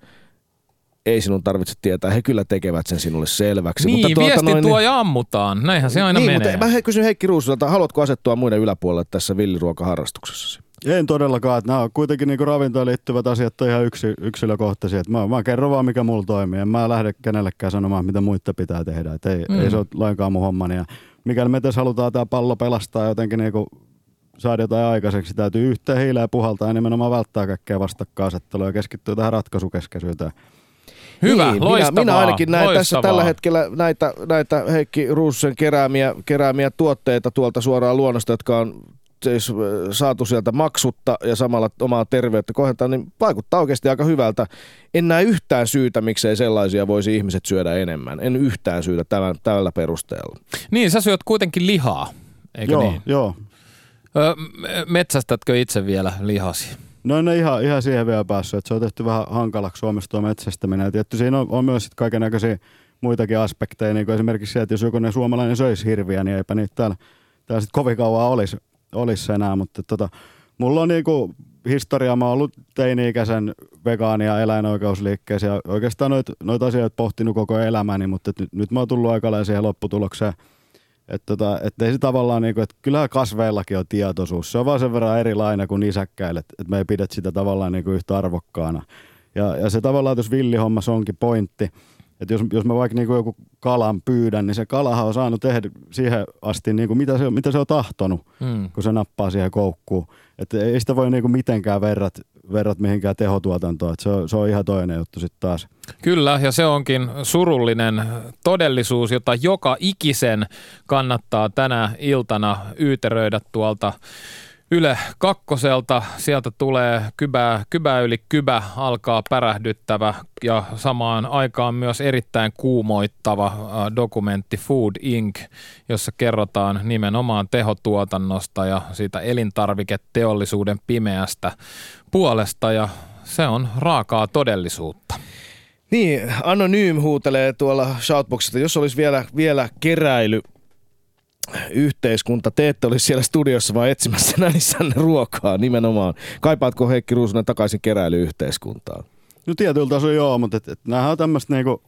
Ei sinun tarvitse tietää, he kyllä tekevät sen sinulle selväksi. Niin, mutta tuota, viesti noin, tuo ja ammutaan, näinhän se aina niin, menee. Mutta mä kysyn Heikki Ruusulta, haluatko asettua muiden yläpuolelle tässä villiruokaharrastuksessasi? En todellakaan, että nämä on kuitenkin niin ravintoon liittyvät asiat on ihan yksi, yksilökohtaisia. Mä, mä kerron vaan, mikä mulla toimii. En mä lähde kenellekään sanomaan, mitä muita pitää tehdä. Et ei, mm. ei se ole lainkaan mun hommani. Ja mikäli me tässä halutaan tämä pallo pelastaa jotenkin niin saada jotain aikaiseksi, täytyy yhteen hiileen puhaltaa ja nimenomaan välttää kaikkea vastakkainasettelua ja keskittyä tähän ratkaisukeskeisyyteen. Hyvä, niin, loistavaa. Minä, minä ainakin näen loistavaa. tässä tällä hetkellä näitä, näitä Heikki Ruususen keräämiä, keräämiä tuotteita tuolta suoraan luonnosta, jotka on siis saatu sieltä maksutta ja samalla omaa terveyttä kohentaa, niin vaikuttaa oikeasti aika hyvältä. En näe yhtään syytä, miksei sellaisia voisi ihmiset syödä enemmän. En yhtään syytä tämän, tällä perusteella. Niin, sä syöt kuitenkin lihaa, eikö joo, niin? Joo, Öö, metsästätkö itse vielä lihasi? No en ole ihan, ihan siihen vielä päässyt, että se on tehty vähän hankalaksi Suomessa tuo metsästäminen. Ja tietysti siinä on, on myös kaikennäköisiä muitakin aspekteja, niin kuin esimerkiksi se, että jos joku suomalainen söisi hirviä, niin eipä niitä täällä, täällä sitten kovin kauan olisi, olisi enää. Mutta tota, mulla on niinku historiaa, mä oon ollut teini-ikäisen vegaani- ja eläinoikeusliikkeessä ja oikeastaan noita noit asioita pohtinut koko elämäni, mutta nyt, nyt mä oon tullut aikalleen siihen lopputulokseen. Että tota, et ei se tavallaan niinku, että kyllähän kasveillakin on tietoisuus. Se on vaan sen verran erilainen kuin nisäkkäille, että et me ei pidetä sitä tavallaan niinku yhtä arvokkaana. Ja, ja se tavallaan tuossa villihommassa onkin pointti, Että jos, jos mä vaikka niinku joku kalan pyydän, niin se kalahan on saanut tehdä siihen asti niinku mitä, se, mitä se on tahtonut, mm. kun se nappaa siihen koukkuun. Että ei sitä voi niinku mitenkään verrat, verrat mihinkään tehotuotantoon. Että se, on, se on ihan toinen juttu sitten taas. Kyllä, ja se onkin surullinen todellisuus, jota joka ikisen kannattaa tänä iltana yyteröidä tuolta Yle Kakkoselta. Sieltä tulee kybää, kybää yli kybä, alkaa pärähdyttävä ja samaan aikaan myös erittäin kuumoittava dokumentti Food incorporated, jossa kerrotaan nimenomaan tehotuotannosta ja siitä elintarviketeollisuuden pimeästä puolesta, ja se on raakaa todellisuutta. Niin, Anonym huutelee tuolla Shoutboxista, jos olisi vielä, vielä keräily yhteiskunta, te ette olisi siellä studiossa vaan etsimässä näissänne ruokaa nimenomaan. Kaipaatko Heikki Ruusunen takaisin keräilyyhteiskuntaan? No tietyllä tasolla joo, mutta et, et nämähän on tämmöistä niinku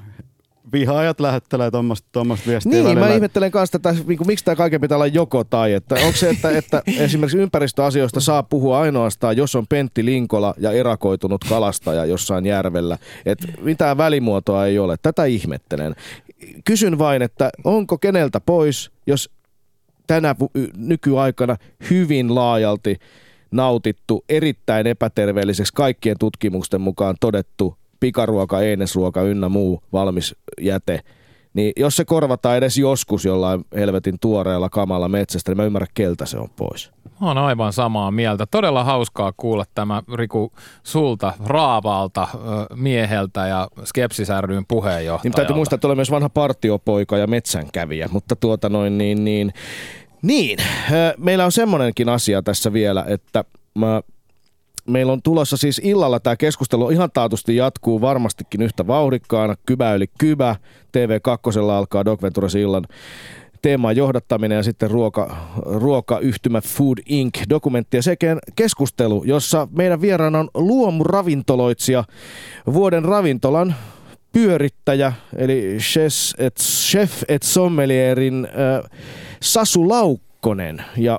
vihaajat lähettelee tuommoista viestiä niin, välillä. Mä ihmettelen kanssa tätä, niin miksi tämä kaiken pitää olla joko tai. Että onko se, että, että esimerkiksi ympäristöasioista saa puhua ainoastaan, jos on Pentti Linkola ja erakoitunut kalastaja jossain järvellä. Että mitään välimuotoa ei ole. Tätä ihmettelen. Kysyn vain, että onko keneltä pois, jos tänä nykyaikana hyvin laajalti nautittu, erittäin epäterveelliseksi kaikkien tutkimusten mukaan todettu pikaruoka, einesruoka ynnä muu valmis jäte, niin jos se korvataan edes joskus jollain helvetin tuoreella kamalla metsästä, niin mä ymmärrän, keltä se on pois. Mä oon aivan samaa mieltä. Todella hauskaa kuulla tämä, Riku, sulta raavaalta mieheltä ja Skepsis ry:n puheenjohtajalta. Niin täytyy muistaa, että olen myös vanha partiopoika ja metsänkävijä, mutta tuota noin niin, niin, niin. Meillä on semmoinenkin asia tässä vielä, että mä meillä on tulossa siis illalla tämä keskustelu ihan taatusti jatkuu varmastikin yhtä vauhdikkaana. Kybä yli kybä. T V kaksi alkaa Doc Ventures illan teeman johdattaminen ja sitten ruoka, ruokayhtymä Food incorporated dokumentti ja sekä keskustelu, jossa meidän vieraana on luomuravintoloitsija, vuoden ravintolan pyörittäjä, eli chef et, chef et sommelierin äh, Sasu Laukkonen ja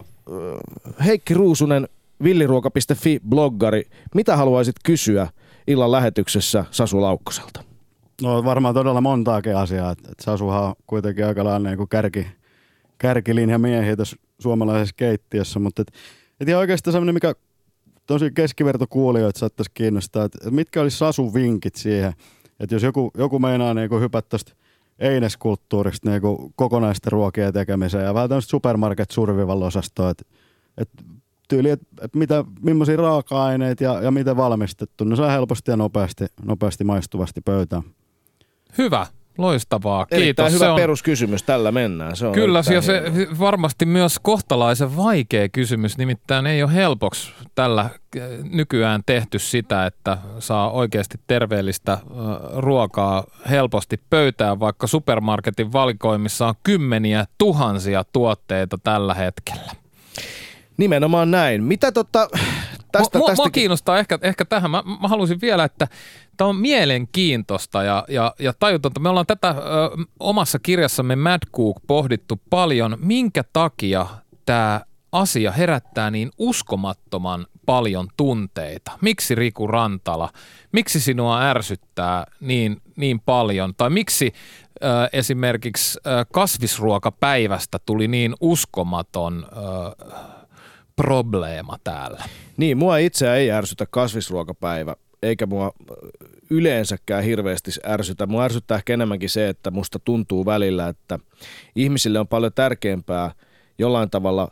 äh, Heikki Ruusunen, villiruoka piste fi-bloggari. Mitä haluaisit kysyä illan lähetyksessä Sasu Laukkoselta? No varmaan todella montaakin asiaa. Et, et Sasuhan on kuitenkin aika lailla niin kuin kärki, kärkilinja miehiä tässä suomalaisessa keittiössä, mutta et, et ihan oikeastaan semmoinen, mikä tosi keskivertokuulijoita saattaisi kiinnostaa, että et mitkä olisi Sasun vinkit siihen, että jos joku, joku meinaa niin kuin hypätä tuosta eineskulttuurista niin kuin kokonaisten ruokien tekemiseen ja vähän tämmöistä supermarket survival-osastoa, että et, tyyli, että et mitä, millaisia raaka-aineita ja, ja miten valmistettu. No saa helposti ja nopeasti, nopeasti maistuvasti pöytään. Hyvä, loistavaa. Kiitos. Erittäin hyvä se on peruskysymys, tällä mennään. Se on kyllä, ja se varmasti myös kohtalaisen vaikea kysymys, nimittäin ei ole helpoksi tällä nykyään tehty sitä, että saa oikeasti terveellistä ruokaa helposti pöytään, vaikka supermarketin valikoimissa on kymmeniä tuhansia tuotteita tällä hetkellä. Nimenomaan näin. Mitä totta... Tästä, mua, tästä... mua kiinnostaa ehkä, ehkä tähän. Mä, mä haluaisin vielä, että tämä on mielenkiintoista ja, ja, ja tajutonta. Me ollaan tätä ö, omassa kirjassamme Mad Cook pohdittu paljon, minkä takia tämä asia herättää niin uskomattoman paljon tunteita. Miksi Riku Rantala, miksi sinua ärsyttää niin, niin paljon? Tai miksi ö, esimerkiksi ö, kasvisruokapäivästä tuli niin uskomaton ö, probleema täällä? Niin, mua itseä ei ärsytä kasvisruokapäivä, eikä mua yleensäkään hirveästi ärsytä. Mua ärsyttää ehkä enemmänkin se, että musta tuntuu välillä, että ihmisille on paljon tärkeämpää jollain tavalla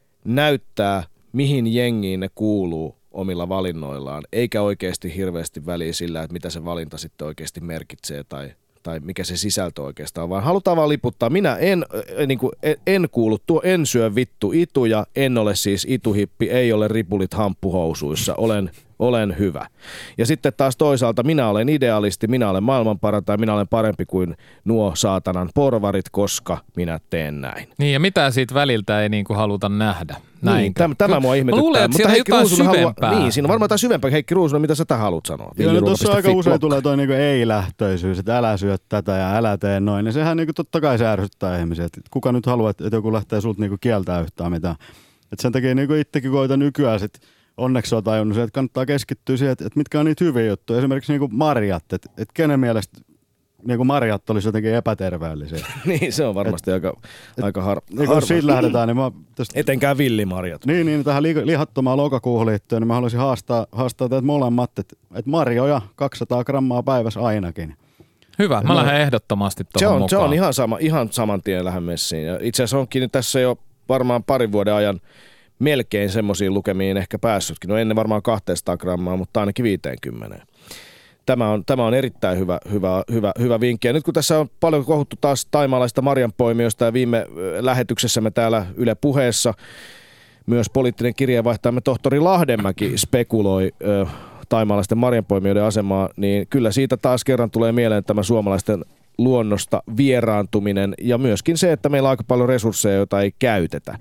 näyttää, mihin jengiin ne kuuluu omilla valinnoillaan, eikä oikeasti hirveästi väliä sillä, että mitä se valinta sitten oikeasti merkitsee tai tai mikä se sisältö oikeastaan on, vaan halutaan vaan liputtaa. Minä en, niin kuin, en, en kuulu, tuo en syö vittu ituja, en ole siis ituhippi, ei ole ripulit hamppuhousuissa, olen, olen hyvä. Ja sitten taas toisaalta minä olen idealisti, minä olen maailmanparantaja, minä olen parempi kuin nuo saatanan porvarit, koska minä teen näin. Niin ja mitä siitä väliltä ei niin kuin haluta nähdä. Niin, tämä, tämä mua ihmetyttää. Luulen, että mutta Heikki Ruusunen syvempää. Haluaa, niin, siinä on varmaan jotain syvempää. Heikki Ruusunen, mitä sä tähän haluat sanoa? Joo, no tuossa aika usein tulee toi niinku ei-lähtöisyys, että älä syö tätä ja älä tee noin. Ja sehän niinku totta kai se ärsyttää ihmisiä. Et kuka nyt haluaa, että joku lähtee sulta niinku kieltää yhtään mitään. Et sen takia niinku itsekin koita nykyään sit onneksi on tajunnut se, että kannattaa keskittyä siihen, että, että mitkä on niitä hyviä juttuja. Esimerkiksi niinku marjat, että, että kenen mielestä niin kuin marjat olisi jotenkin epäterveellisiä. Niin, se on varmasti et, aika, et, aika har, niin kun siitä lähdetään, niin mä... Tästä, etenkään villimarjat. Niin, niin tähän lihattomaan lokakuuhun liittyen, niin mä haluaisin haastaa, haastaa teitä molemmat, että et marjoja kaksisataa grammaa päivässä ainakin. Hyvä, mä no, lähden ehdottomasti tuohon mukaan. Se on ihan, sama, ihan saman tien lähden messiin. Ja itse asiassa onkin tässä jo varmaan parin vuoden ajan melkein semmoisiin lukemiin ehkä päässytkin. No ennen varmaan kaksisataa grammaa, mutta ainakin viisikymmentä. Tämä on, tämä on erittäin hyvä, hyvä, hyvä, hyvä vinkki. Ja nyt kun tässä on paljon kohuttu taas taimaalaista marjanpoimijoista ja viime lähetyksessämme täällä Yle Puheessa myös poliittinen kirjeenvaihtajamme tohtori Lahdenmäki spekuloi ö, taimaalaisten marjanpoimijoiden asemaa, niin kyllä siitä taas kerran tulee mieleen tämä suomalaisten luonnosta vieraantuminen ja myöskin se, että meillä on aika paljon resursseja, joita ei käytetä.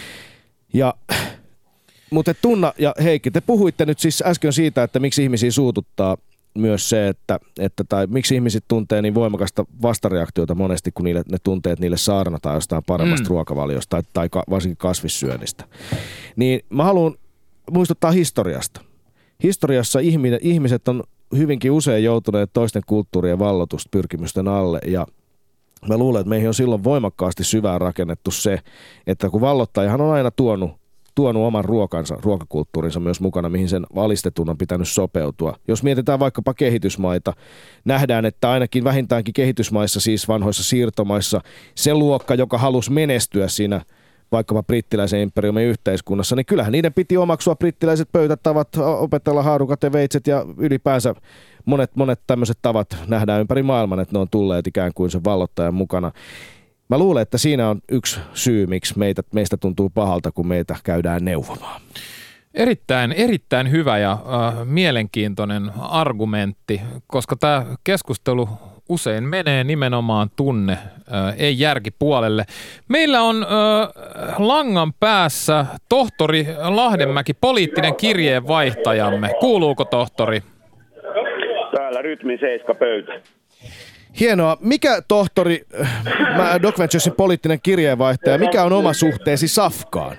Ja, mutta Tunna ja Heikki, te puhuitte nyt siis äsken siitä, että miksi ihmisiä suututtaa myös se, että, että tai miksi ihmiset tuntee niin voimakasta vastareaktiota monesti, kun niille, ne tunteet niille saarnataan jostain paremmasta mm. ruokavaliosta tai, tai ka, varsinkin kasvissyönnistä. Niin mä haluan muistuttaa historiasta. Historiassa ihminen, ihmiset on hyvinkin usein joutuneet toisten kulttuurien vallotuspyrkimysten alle ja mä luulen, että meihin on silloin voimakkaasti syvään rakennettu se, että kun vallottajahan on aina tuonut tuonut oman ruokansa, ruokakulttuurinsa myös mukana, mihin sen valistetun on pitänyt sopeutua. Jos mietitään vaikkapa kehitysmaita, nähdään, että ainakin vähintäänkin kehitysmaissa, siis vanhoissa siirtomaissa, se luokka, joka halusi menestyä siinä vaikkapa brittiläisen imperiumin yhteiskunnassa, niin kyllähän niiden piti omaksua brittiläiset pöytätavat, opetella haarukat ja veitset ja ylipäänsä monet, monet tämmöiset tavat nähdään ympäri maailman, että ne on tulleet ikään kuin sen vallottajan mukana. Mä luulen, että siinä on yksi syy, miksi meitä, meistä tuntuu pahalta, kun meitä käydään neuvomaan. Erittäin, erittäin hyvä ja äh, mielenkiintoinen argumentti, koska tämä keskustelu usein menee nimenomaan tunne, äh, ei järkipuolelle. Meillä on äh, langan päässä tohtori Lahdenmäki, poliittinen kirjeenvaihtajamme. Kuuluuko, tohtori? Täällä rytmi seiska pöytä. Hienoa. Mikä, tohtori, mä Doc Venturesin poliittinen kirjeenvaihtaja, mikä on oma suhteesi safkaan?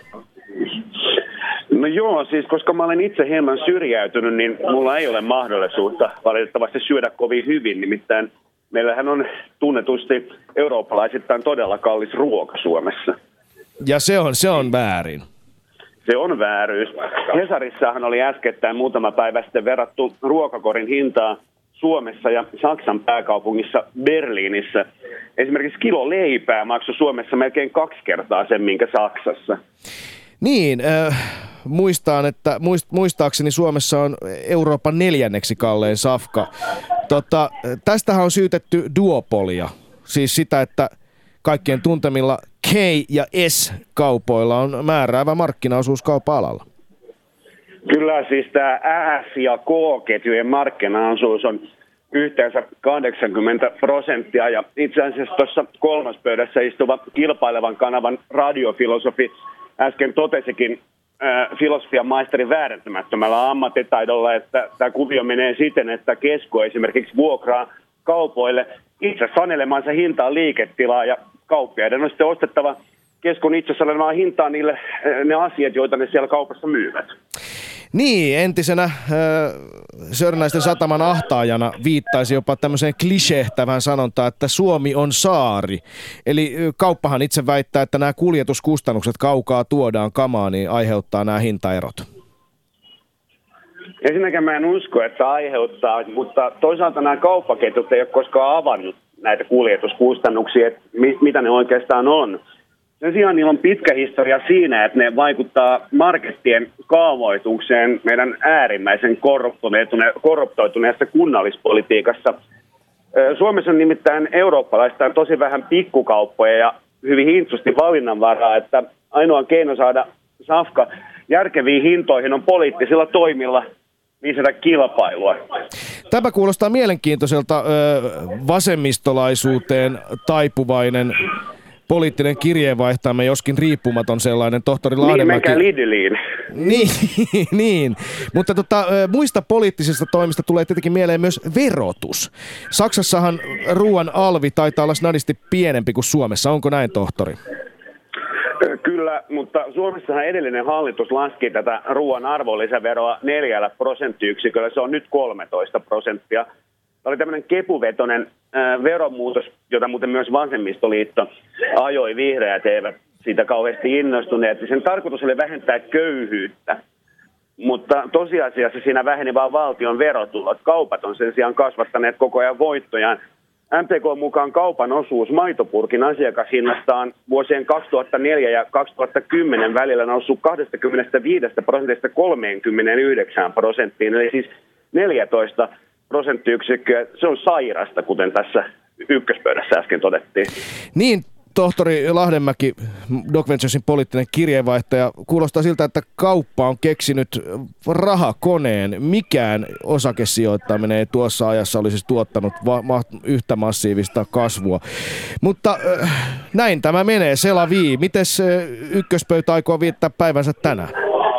No joo, siis koska mä olen itse hieman syrjäytynyt, niin mulla ei ole mahdollisuutta valitettavasti syödä kovin hyvin. Nimittäin meillähän on tunnetusti eurooppalaisittain todella kallis ruoka Suomessa. Ja se on, se on väärin. Se on vääryys. Hesarissahan oli äskettäin muutama päivä sitten verrattu ruokakorin hintaa Suomessa ja Saksan pääkaupungissa Berliinissä. Esimerkiksi kilo leipää maksoi Suomessa melkein kaksi kertaa sen, minkä Saksassa. Niin, äh, muistaan, että muist, muistaakseni Suomessa on Euroopan neljänneksi kallein safka. Tota, tästähän on syytetty duopolia, siis sitä, että kaikkien tuntemilla K- ja S-kaupoilla on määräävä markkinaosuus kaupan-alalla. Kyllä, siis tämä S- ja K-ketjujen markkinaosuus on yhteensä kahdeksankymmentä prosenttia, ja itse asiassa tuossa kolmaspöydässä istuva kilpailevan kanavan radiofilosofi äsken totesikin äh, filosofian maisterin väärentämättömällä ammattitaidolla, että tämä kuvio menee siten, että Kesko esimerkiksi vuokraa kaupoille itse sanelemansa hintaan liiketilaa, ja kauppiaiden on sitten ostettava Keskon itse sanelemaa hintaa niille ne asiat, joita ne siellä kaupassa myyvät. Niin, entisenä äh, Sörnäisten sataman ahtaajana viittaisi jopa tämmöiseen klisehtävään sanontaan, että Suomi on saari. Eli kauppahan itse väittää, että nämä kuljetuskustannukset kaukaa tuodaan kamaa, niin aiheuttaa nämä hintaerot. Ensinnäkin mä en usko, että aiheuttaa, mutta toisaalta nämä kauppaketjut ei ole koskaan avannut näitä kuljetuskustannuksia, että mitä ne oikeastaan on. Sen sijaan niillä on pitkä historia siinä, että ne vaikuttaa markettien kaavoitukseen meidän äärimmäisen korruptoituneessa kunnallispolitiikassa. Suomessa on nimittäin eurooppalaistaan tosi vähän pikkukauppoja ja hyvin hintsusti valinnanvaraa, että ainoa keino saada safka järkeviin hintoihin on poliittisilla toimilla lisätä kilpailua. Tämä kuulostaa mielenkiintoiselta vasemmistolaisuuteen taipuvainen poliittinen kirjeenvaihtajamme, joskin riippumaton sellainen, tohtori Lahdenmäki. Niin, menkää Lidliin. Niin, niin. Mutta tota, muista poliittisista toimista tulee tietenkin mieleen myös verotus. Saksassahan ruoan alvi taitaa olla snadisti pienempi kuin Suomessa. Onko näin, tohtori? Kyllä, mutta Suomessahan edellinen hallitus laski tätä ruoan arvonlisäveroa neljällä prosenttiyksiköllä. Se on nyt kolmetoista prosenttia. Tämä oli tämmöinen kepuvetoinen ää, veromuutos, jota muuten myös vasemmistoliitto ajoi, vihreät eivät siitä kauheasti innostuneet. Sen tarkoitus oli vähentää köyhyyttä, mutta tosiasiassa siinä väheni vain valtion verotulot. Kaupat on sen sijaan kasvattaneet koko ajan voittojaan. M T K mukaan kaupan osuus maitopurkin asiakashinnasta on vuosien kaksituhattaneljä ja kaksituhattakymmenen välillä noussut kaksikymmentäviisi prosentista kolmekymmentäyhdeksän prosenttiin, eli siis neljätoista prosenttiyksikköä. Se on sairasta, kuten tässä ykköspöydässä äsken todettiin. Niin, tohtori Lahdenmäki, Doc Venturesin poliittinen kirjeenvaihtaja, kuulostaa siltä, että kauppa on keksinyt rahakoneen. Mikään osakesijoittaminen ei tuossa ajassa olisi tuottanut va- ma- yhtä massiivista kasvua. Mutta äh, näin tämä menee, Selavi. Mites äh, ykköspöytä aikoo viettää päivänsä tänään?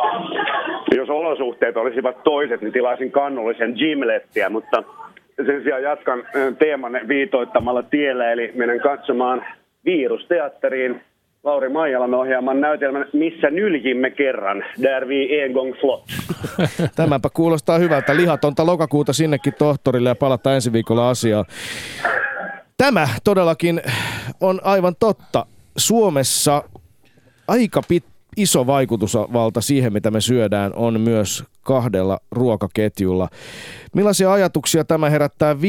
Jos olosuhteet olisivat toiset, niin tilaisin kannullisen gymlettiä, mutta sen sijaan jatkan teeman viitoittamalla tiellä, eli menen katsomaan Virusteatteriin Lauri Maijalan ohjaaman näytelmän Missä nyljimme kerran, där vi en gång flott. Tämäpä kuulostaa hyvältä. Lihatonta lokakuuta sinnekin tohtorille ja palataan ensi viikolla asiaan. Tämä todellakin on aivan totta. Suomessa aika pit, iso vaikutusvalta siihen, mitä me syödään, on myös kahdella ruokaketjulla. Millaisia ajatuksia tämä herättää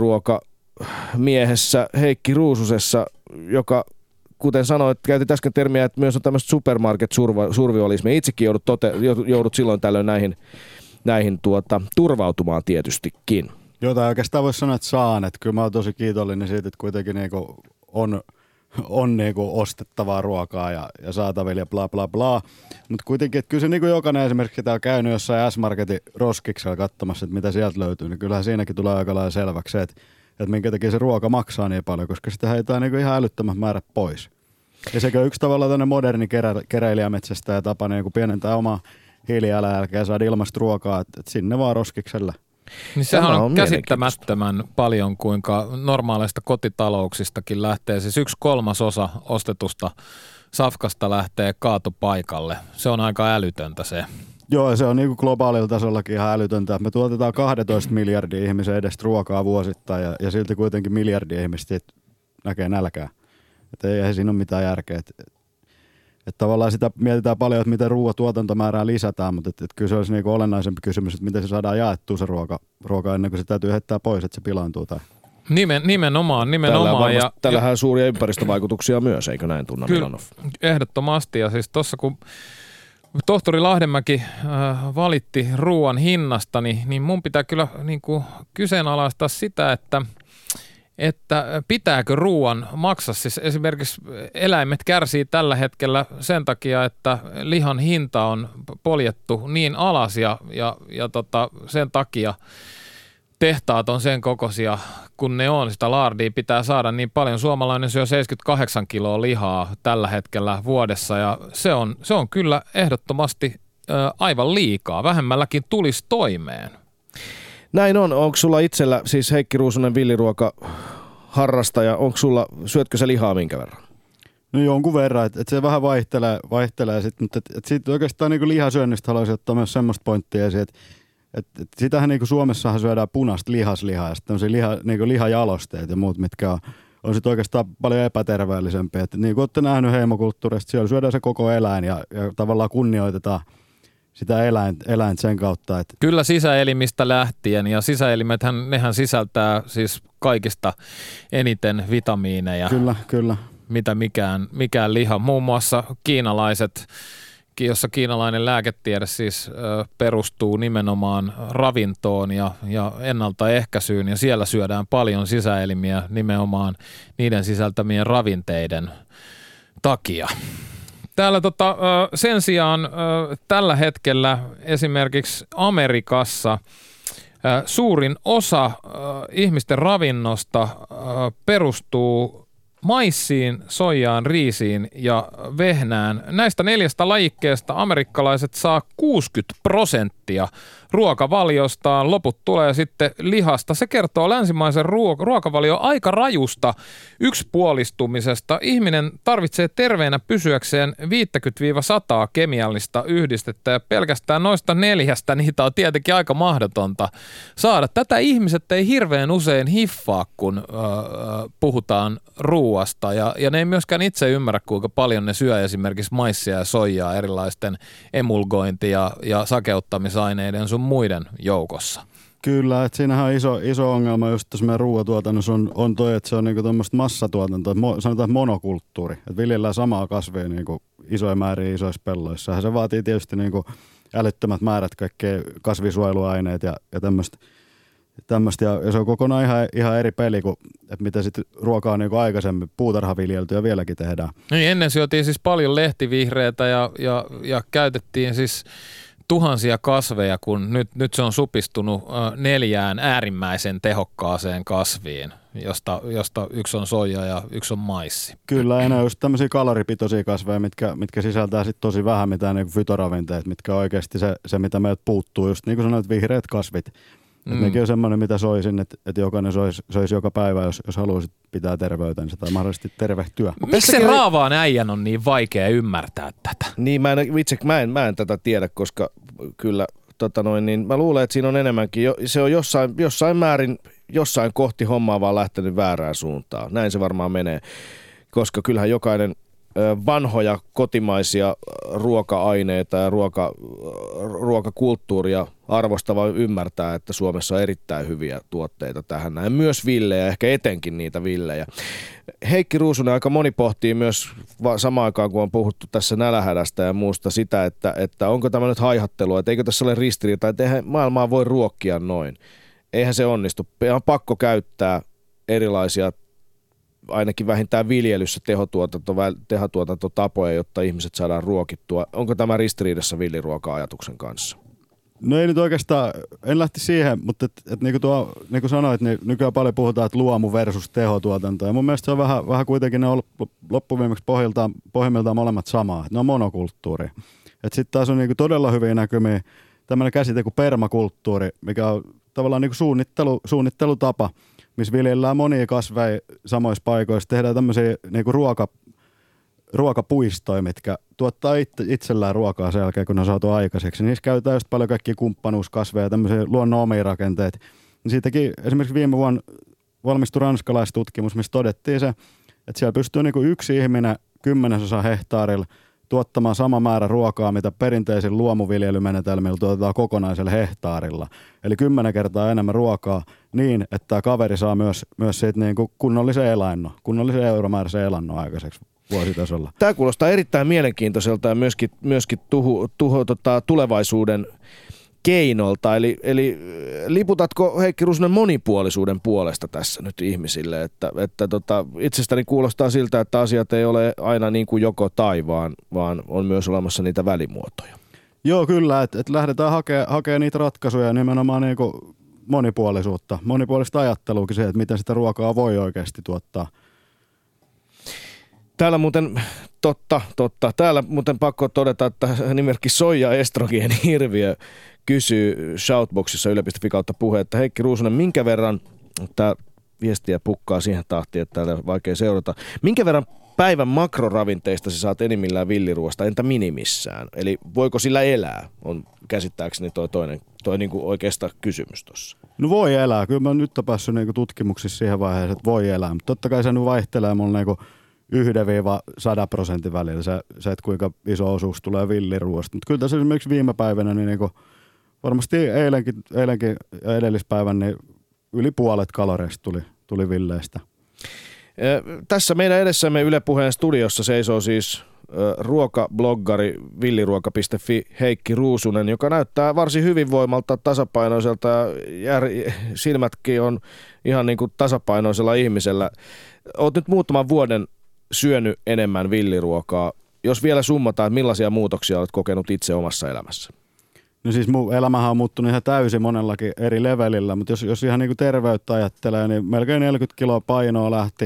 villiruokamiehessä Heikki Ruususessa, joka, kuten sanoit, käytit äsken termiä, että myös on tämmöistä supermarket-survivalismia. Itsekin joudut, tote, joudut silloin tällöin näihin, näihin tuota, turvautumaan tietystikin. Joo, tai oikeastaan voisi sanoa, että saan. Että kyllä mä oon tosi kiitollinen siitä, että kuitenkin niinku on, on niinku ostettavaa ruokaa ja, ja saatavilla ja bla bla bla. Mutta kuitenkin, että kyllä se niinku jokainen esimerkiksi, ketä on käynyt jossain S-Marketin roskiksella katsomassa, että mitä sieltä löytyy, niin kyllähän siinäkin tulee aika lailla selväksi, että että minkä takia se ruoka maksaa niin paljon, koska sitä heitetään niinku ihan älyttömät määrät pois. Ja sekä yksi tavalla tämmöinen moderni kerä, keräilijämetsästä ja tapa niinku pienentää omaa hiilijalanjälkeä ja saada ilmasta ruokaa, että et sinne vaan roskikselle. Niin sehän on, on käsittämättömän paljon, kuinka normaaleista kotitalouksistakin lähtee, siis yksi kolmasosa ostetusta safkasta lähtee kaatopaikalle. Se on aika älytöntä se. Joo, se on niin kuin globaalilla tasollakin ihan älytöntä. Me tuotetaan kaksitoista miljardia ihmisen edestä ruokaa vuosittain ja, ja silti kuitenkin miljardia ihmistä näkee nälkää. Että ei, ei siinä ole mitään järkeä. Että et tavallaan sitä mietitään paljon, että miten ruoatuotantomäärää lisätään, mutta et, et kyllä se olisi niin olennaisempi kysymys, että miten se saadaan jaettua se ruoka, ruoka ennen kuin se täytyy heittää pois, että se pilaantuu. Tai. Nimen, nimenomaan, nimenomaan. Tällä ja, tällähän ja, on suuria ympäristövaikutuksia myös, eikö näin, Tunna Milanov? Ehdottomasti, ja siis tuossa kun tohtori Lahdenmäki äh, valitti ruoan hinnasta, niin, niin mun pitää kyllä niin kuin kyseenalaistaa sitä, että, että pitääkö ruoan maksaa. Siis esimerkiksi eläimet kärsii tällä hetkellä sen takia, että lihan hinta on poljettu niin alas ja, ja, ja tota, sen takia tehtaat on sen kokoisia, kun ne on. Sitä laardia pitää saada niin paljon. Suomalainen syö seitsemänkymmentäkahdeksan kiloa lihaa tällä hetkellä vuodessa ja se on, se on kyllä ehdottomasti ö, aivan liikaa. Vähemmälläkin tulisi toimeen. Näin on. Onko sulla itsellä, siis Heikki Ruusunen, villiruoka harrastaja, onko sulla, syötkö se lihaa minkä verran? No jonkun verran, että et se vähän vaihtelee, vaihtelee sit, mutta et, et sitten oikeastaan niinku lihasyönnistä haluaisin ottaa myös semmoista pointtia esiin, että Et, et sitähän niinku Suomessahan syödään punaista lihaslihaa ja sitten liha, niinku lihajalosteet ja muut, mitkä on, on sitten oikeastaan paljon epäterveellisempiä. Et niin kuin olette nähnyt heimokulttuurista, siellä syödään se koko eläin ja, ja tavallaan kunnioitetaan sitä eläin, eläintä sen kautta. Et. Kyllä sisäelimistä lähtien ja sisäelimethän nehän sisältää siis kaikista eniten vitamiineja. Kyllä, kyllä. Mitä mikään, mikään liha. Muun muassa kiinalaiset, jossa kiinalainen lääketiede siis ö, perustuu nimenomaan ravintoon ja, ja ennaltaehkäisyyn, ja siellä syödään paljon sisäelimiä nimenomaan niiden sisältämien ravinteiden takia. Täällä tota, ö, sen sijaan ö, tällä hetkellä esimerkiksi Amerikassa ö, suurin osa ö, ihmisten ravinnosta ö, perustuu maissiin, soijaan, riisiin ja vehnään. Näistä neljästä lajikkeesta amerikkalaiset saa kuusikymmentä prosenttia ruokavaliostaan. Loput tulee sitten lihasta. Se kertoo länsimaisen ruok- ruokavalion aika rajusta yksipuolistumisesta. Ihminen tarvitsee terveenä pysyäkseen viisikymmentä sata kemiallista yhdistettä ja pelkästään noista neljästä niitä on tietenkin aika mahdotonta saada. Tätä ihmiset ei hirveän usein hiffaa, kun öö, puhutaan ruuasta ja, ja ne ei myöskään itse ymmärrä, kuinka paljon ne syö esimerkiksi maissia ja soijaa erilaisten emulgointi- ja, ja sakeuttamisaineiden sun muiden joukossa. Kyllä, että siinähän on iso, iso ongelma just tässä meidän ruoatuotannossa on, on toi, että se on niinku tuommoista massatuotantoa, mo, sanotaan monokulttuuri, että viljellään samaa kasvia niinku isoja määriä isoissa pelloissa. Se vaatii tietysti niinku älyttömät määrät kaikkea kasvisuojeluaineita ja, ja tämmöistä. Tämmöistä, ja se on kokonaan ihan, ihan eri peli kuin, että mitä sitten ruokaa on niin aikaisemmin puutarhaviljelty ja vieläkin tehdään. Niin, ennen syötiin siis paljon lehtivihreitä ja, ja, ja käytettiin siis tuhansia kasveja, kun nyt, nyt se on supistunut neljään äärimmäisen tehokkaaseen kasviin, josta, josta yksi on soija ja yksi on maissi. Kyllä, enää just tämmöisiä kaloripitoisia kasveja, mitkä, mitkä sisältää sit tosi vähän mitään niin fytoravinteet, mitkä on oikeasti se, se, mitä meiltä puuttuu, just niin kuin sanoit, vihreät kasvit. Mm. Että nekin on semmoinen, mitä soisin, että, että jokainen soisi, soisi joka päivä, jos, jos haluaisit pitää terveytensä tai mahdollisesti tervehtyä. Miksi se raavaan äijän on niin vaikea ymmärtää tätä? Niin, mä en, itse, mä en, mä en tätä tiedä, koska kyllä tota noin, niin mä luulen, että siinä on enemmänkin, jo, se on jossain, jossain määrin, jossain kohti hommaa vaan lähtenyt väärään suuntaan. Näin se varmaan menee, koska kyllähän jokainen vanhoja kotimaisia ruoka-aineita ja ruoka, ruokakulttuuria arvostava ymmärtää, että Suomessa on erittäin hyviä tuotteita tähän näin. Myös villejä, ehkä etenkin niitä villejä. Heikki Ruusunen, aika moni pohtii myös samaan aikaan, kun on puhuttu tässä nälähädästä ja muusta sitä, että, että onko tämä nyt haihattelua, että eikö tässä ole ristiriita, että eihän maailmaa voi ruokkia noin. Eihän se onnistu. On pakko käyttää erilaisia ainakin vähintään viljelyssä tehotuotanto, tehotuotantotapoja, jotta ihmiset saadaan ruokittua. Onko tämä ristiriidassa villiruoka-ajatuksen kanssa? No ei nyt oikeastaan, en lähti siihen, mutta et, et niin, kuin tuo, niin kuin sanoit, niin nykyään paljon puhutaan, että luomu versus tehotuotanto. Ja mun mielestä se on vähän, vähän kuitenkin ne on loppuviimeksi pohjiltaan, pohjimmiltaan molemmat samaa. Että ne on monokulttuuri. Sitten taas on niin kuin todella hyviä näkymiä tämmöinen käsite kuin permakulttuuri, mikä on tavallaan niin kuin suunnittelu, suunnittelutapa, missä viljellään monia kasveja samoissa paikoissa, tehdään tämmöisiä niinku ruoka, ruokapuistoja, mitkä tuottaa itse, itsellään ruokaa sen jälkeen, kun ne on saatu aikaiseksi. Niissä käytetään just paljon kaikkia kumppanuuskasveja ja tämmöisiä luonnon omia rakenteita. Siitäkin esimerkiksi viime vuonna valmistui ranskalaistutkimus, missä todettiin se, että siellä pystyy niinku yksi ihminen kymmenesosa hehtaarilla tuottamaan sama määrä ruokaa, mitä perinteisillä luomuviljelymenetelmillä tuotetaan kokonaisella hehtaarilla. Eli kymmenen kertaa enemmän ruokaa niin, että tämä kaveri saa myös, myös siitä niin kuin kunnollisen elannon, kunnollisen euromääräisen elannon aikaiseksi vuositasolla. Tämä kuulostaa erittäin mielenkiintoiselta ja myöskin, myöskin tuhu, tuhu, tota, tulevaisuuden keinolta. Eli, eli liputatko Heikki Ruusunen monipuolisuuden puolesta tässä nyt ihmisille? Että, että tota, itsestäni kuulostaa siltä, että asiat ei ole aina niin kuin joko tai, vaan, vaan on myös olemassa niitä välimuotoja. Joo, kyllä. Että et lähdetään hakemaan hakee niitä ratkaisuja nimenomaan niin kuin monipuolisuutta. Monipuolista ajatteluakin se, että miten sitä ruokaa voi oikeasti tuottaa. Täällä muuten, totta, totta. Täällä muuten pakko todeta, että nimimerkki soija estrogeeni hirviö kysyy Shoutboxissa yle piste fi kautta puhe, että Heikki Ruusunen, minkä verran, tämä viestiä pukkaa siihen tahtiin, että täällä on vaikea seurata, minkä verran päivän makroravinteista sä saat enimmillään villiruoasta, entä minimissään? Eli voiko sillä elää, on käsittääkseni toi toinen, toi niinku oikeastaan kysymys tuossa. No voi elää, kyllä mä nyt on päässyt niinku tutkimuksissa siihen vaiheeseen, että voi elää, mutta totta kai se nyt vaihtelee mulla niinku yhden sadan prosentin välillä se, se, että kuinka iso osuus tulee villiruoasta. Mutta kyllä tässä esimerkiksi viime päivänä, niin niinku, varmasti eilenkin, eilenkin ja edellispäivän, niin yli puolet kaloreista tuli, tuli villeistä. Tässä meidän edessämme Yle Puheen studiossa seisoo siis ruokabloggari villiruoka piste fi Heikki Ruusunen, joka näyttää varsin hyvinvoimalta, tasapainoiselta ja jär- silmätkin on ihan niin kuin tasapainoisella ihmisellä. Olet nyt muutaman vuoden syönyt enemmän villiruokaa. Jos vielä summataan, millaisia muutoksia olet kokenut itse omassa elämässä? No siis mun elämähän on muuttunut ihan täysin monellakin eri levelillä, mutta jos, jos ihan niin kuin terveyttä ajattelee, niin melkein neljäkymmentä kiloa painoa lähti,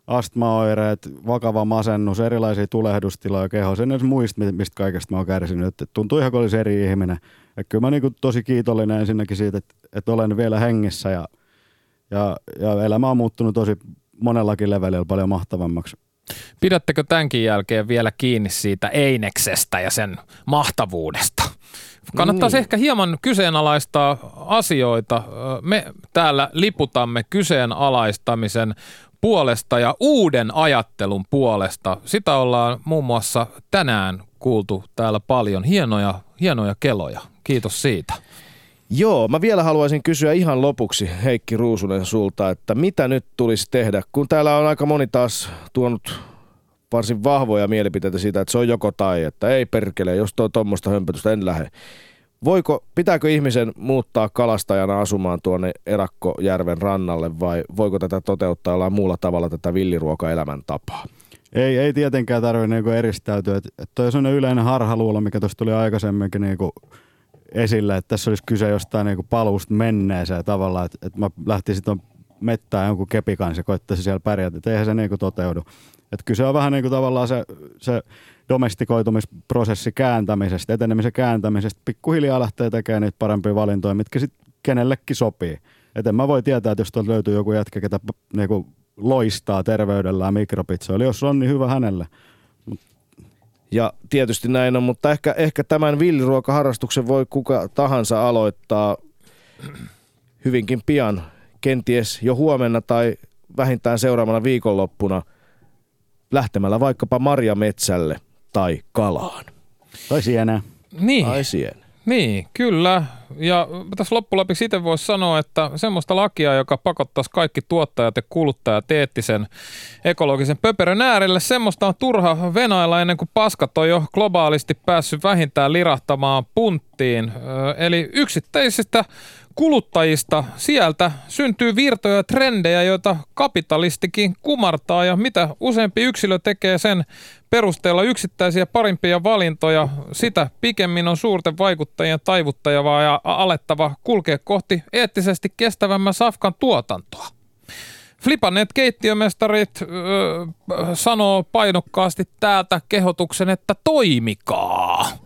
astmaoireet, vakava masennus, erilaisia tulehdustiloja kehossa. En edes muista, mistä kaikesta mä oon kärsinyt. Et tuntuu ihan kuin olisi eri ihminen. Et kyllä mä niinku tosi kiitollinen ensinnäkin siitä, että et olen vielä hengissä ja, ja, ja elämä on muuttunut tosi monellakin levelillä paljon mahtavammaksi. Pidättekö tämänkin jälkeen vielä kiinni siitä eineksestä ja sen mahtavuudesta? Kannattaisi niin. ehkä hieman kyseenalaistaa asioita. Me täällä liputamme kyseenalaistamisen puolesta ja uuden ajattelun puolesta. Sitä ollaan muun muassa tänään kuultu täällä paljon. Hienoja, hienoja keloja. Kiitos siitä. Joo, mä vielä haluaisin kysyä ihan lopuksi Heikki Ruusunen sulta, että mitä nyt tulisi tehdä, kun täällä on aika moni taas tuonut varsin vahvoja mielipiteitä siitä, että se on joko tai, että ei perkele, jos tuo tuommoista hömpötystä en lähde. Voiko, pitääkö ihmisen muuttaa kalastajana asumaan tuonne Erakkojärven rannalle vai voiko tätä toteuttaa jollain muulla tavalla tätä villiruokaelämäntapaa? Ei, ei tietenkään tarvitse niinku eristäytyä. Että toi on sellainen yleinen harhaluulo, mikä tuossa tuli aikaisemminkin niinku esille, että tässä olisi kyse jostain niinku paluusta menneeseen tavallaan, että, että mä lähtisin tuon mettään jonkun kepikanssa ja koittaisin siellä pärjätä, että eihän se niinku toteudu. Että kyse on vähän niin kuin tavallaan se, se domestikoitumisprosessi kääntämisestä, etenemisen kääntämisestä. Pikkuhiljaa lähtee tekemään niitä parempia valintoja, mitkä sitten kenellekin sopii. Et en mä voi tietää, että jos tuolta löytyy joku jätkä, ketä niinku loistaa terveydellään mikropizzoilla. Jos on, niin hyvä hänelle. Ja tietysti näin on, mutta ehkä, ehkä tämän villiruokaharrastuksen voi kuka tahansa aloittaa hyvinkin pian. Kenties jo huomenna tai vähintään seuraavana viikonloppuna lähtemällä vaikkapa marjametsälle tai kalaan. Tai sienää. Niin. Tai sienää. Niin, kyllä. Ja tässä loppulapiksi itse voisi sanoa, että semmoista lakia, joka pakottaisi kaikki tuottajat ja kuluttajat eettisen ekologisen pöperön äärelle, semmoista on turha venailla ennen kuin paskat on jo globaalisti päässyt vähintään lirahtamaan punttiin. Eli yksittäisistä kuluttajista sieltä syntyy virtoja ja trendejä, joita kapitalistikin kumartaa, ja mitä useampi yksilö tekee sen perusteella yksittäisiä parimpia valintoja, sitä pikemmin on suurten vaikuttajien taivuttava ja alettava kulkea kohti eettisesti kestävämmän safkan tuotantoa. Flipanneet keittiömestarit öö, sanoo painokkaasti täältä kehotuksen, että toimikaa.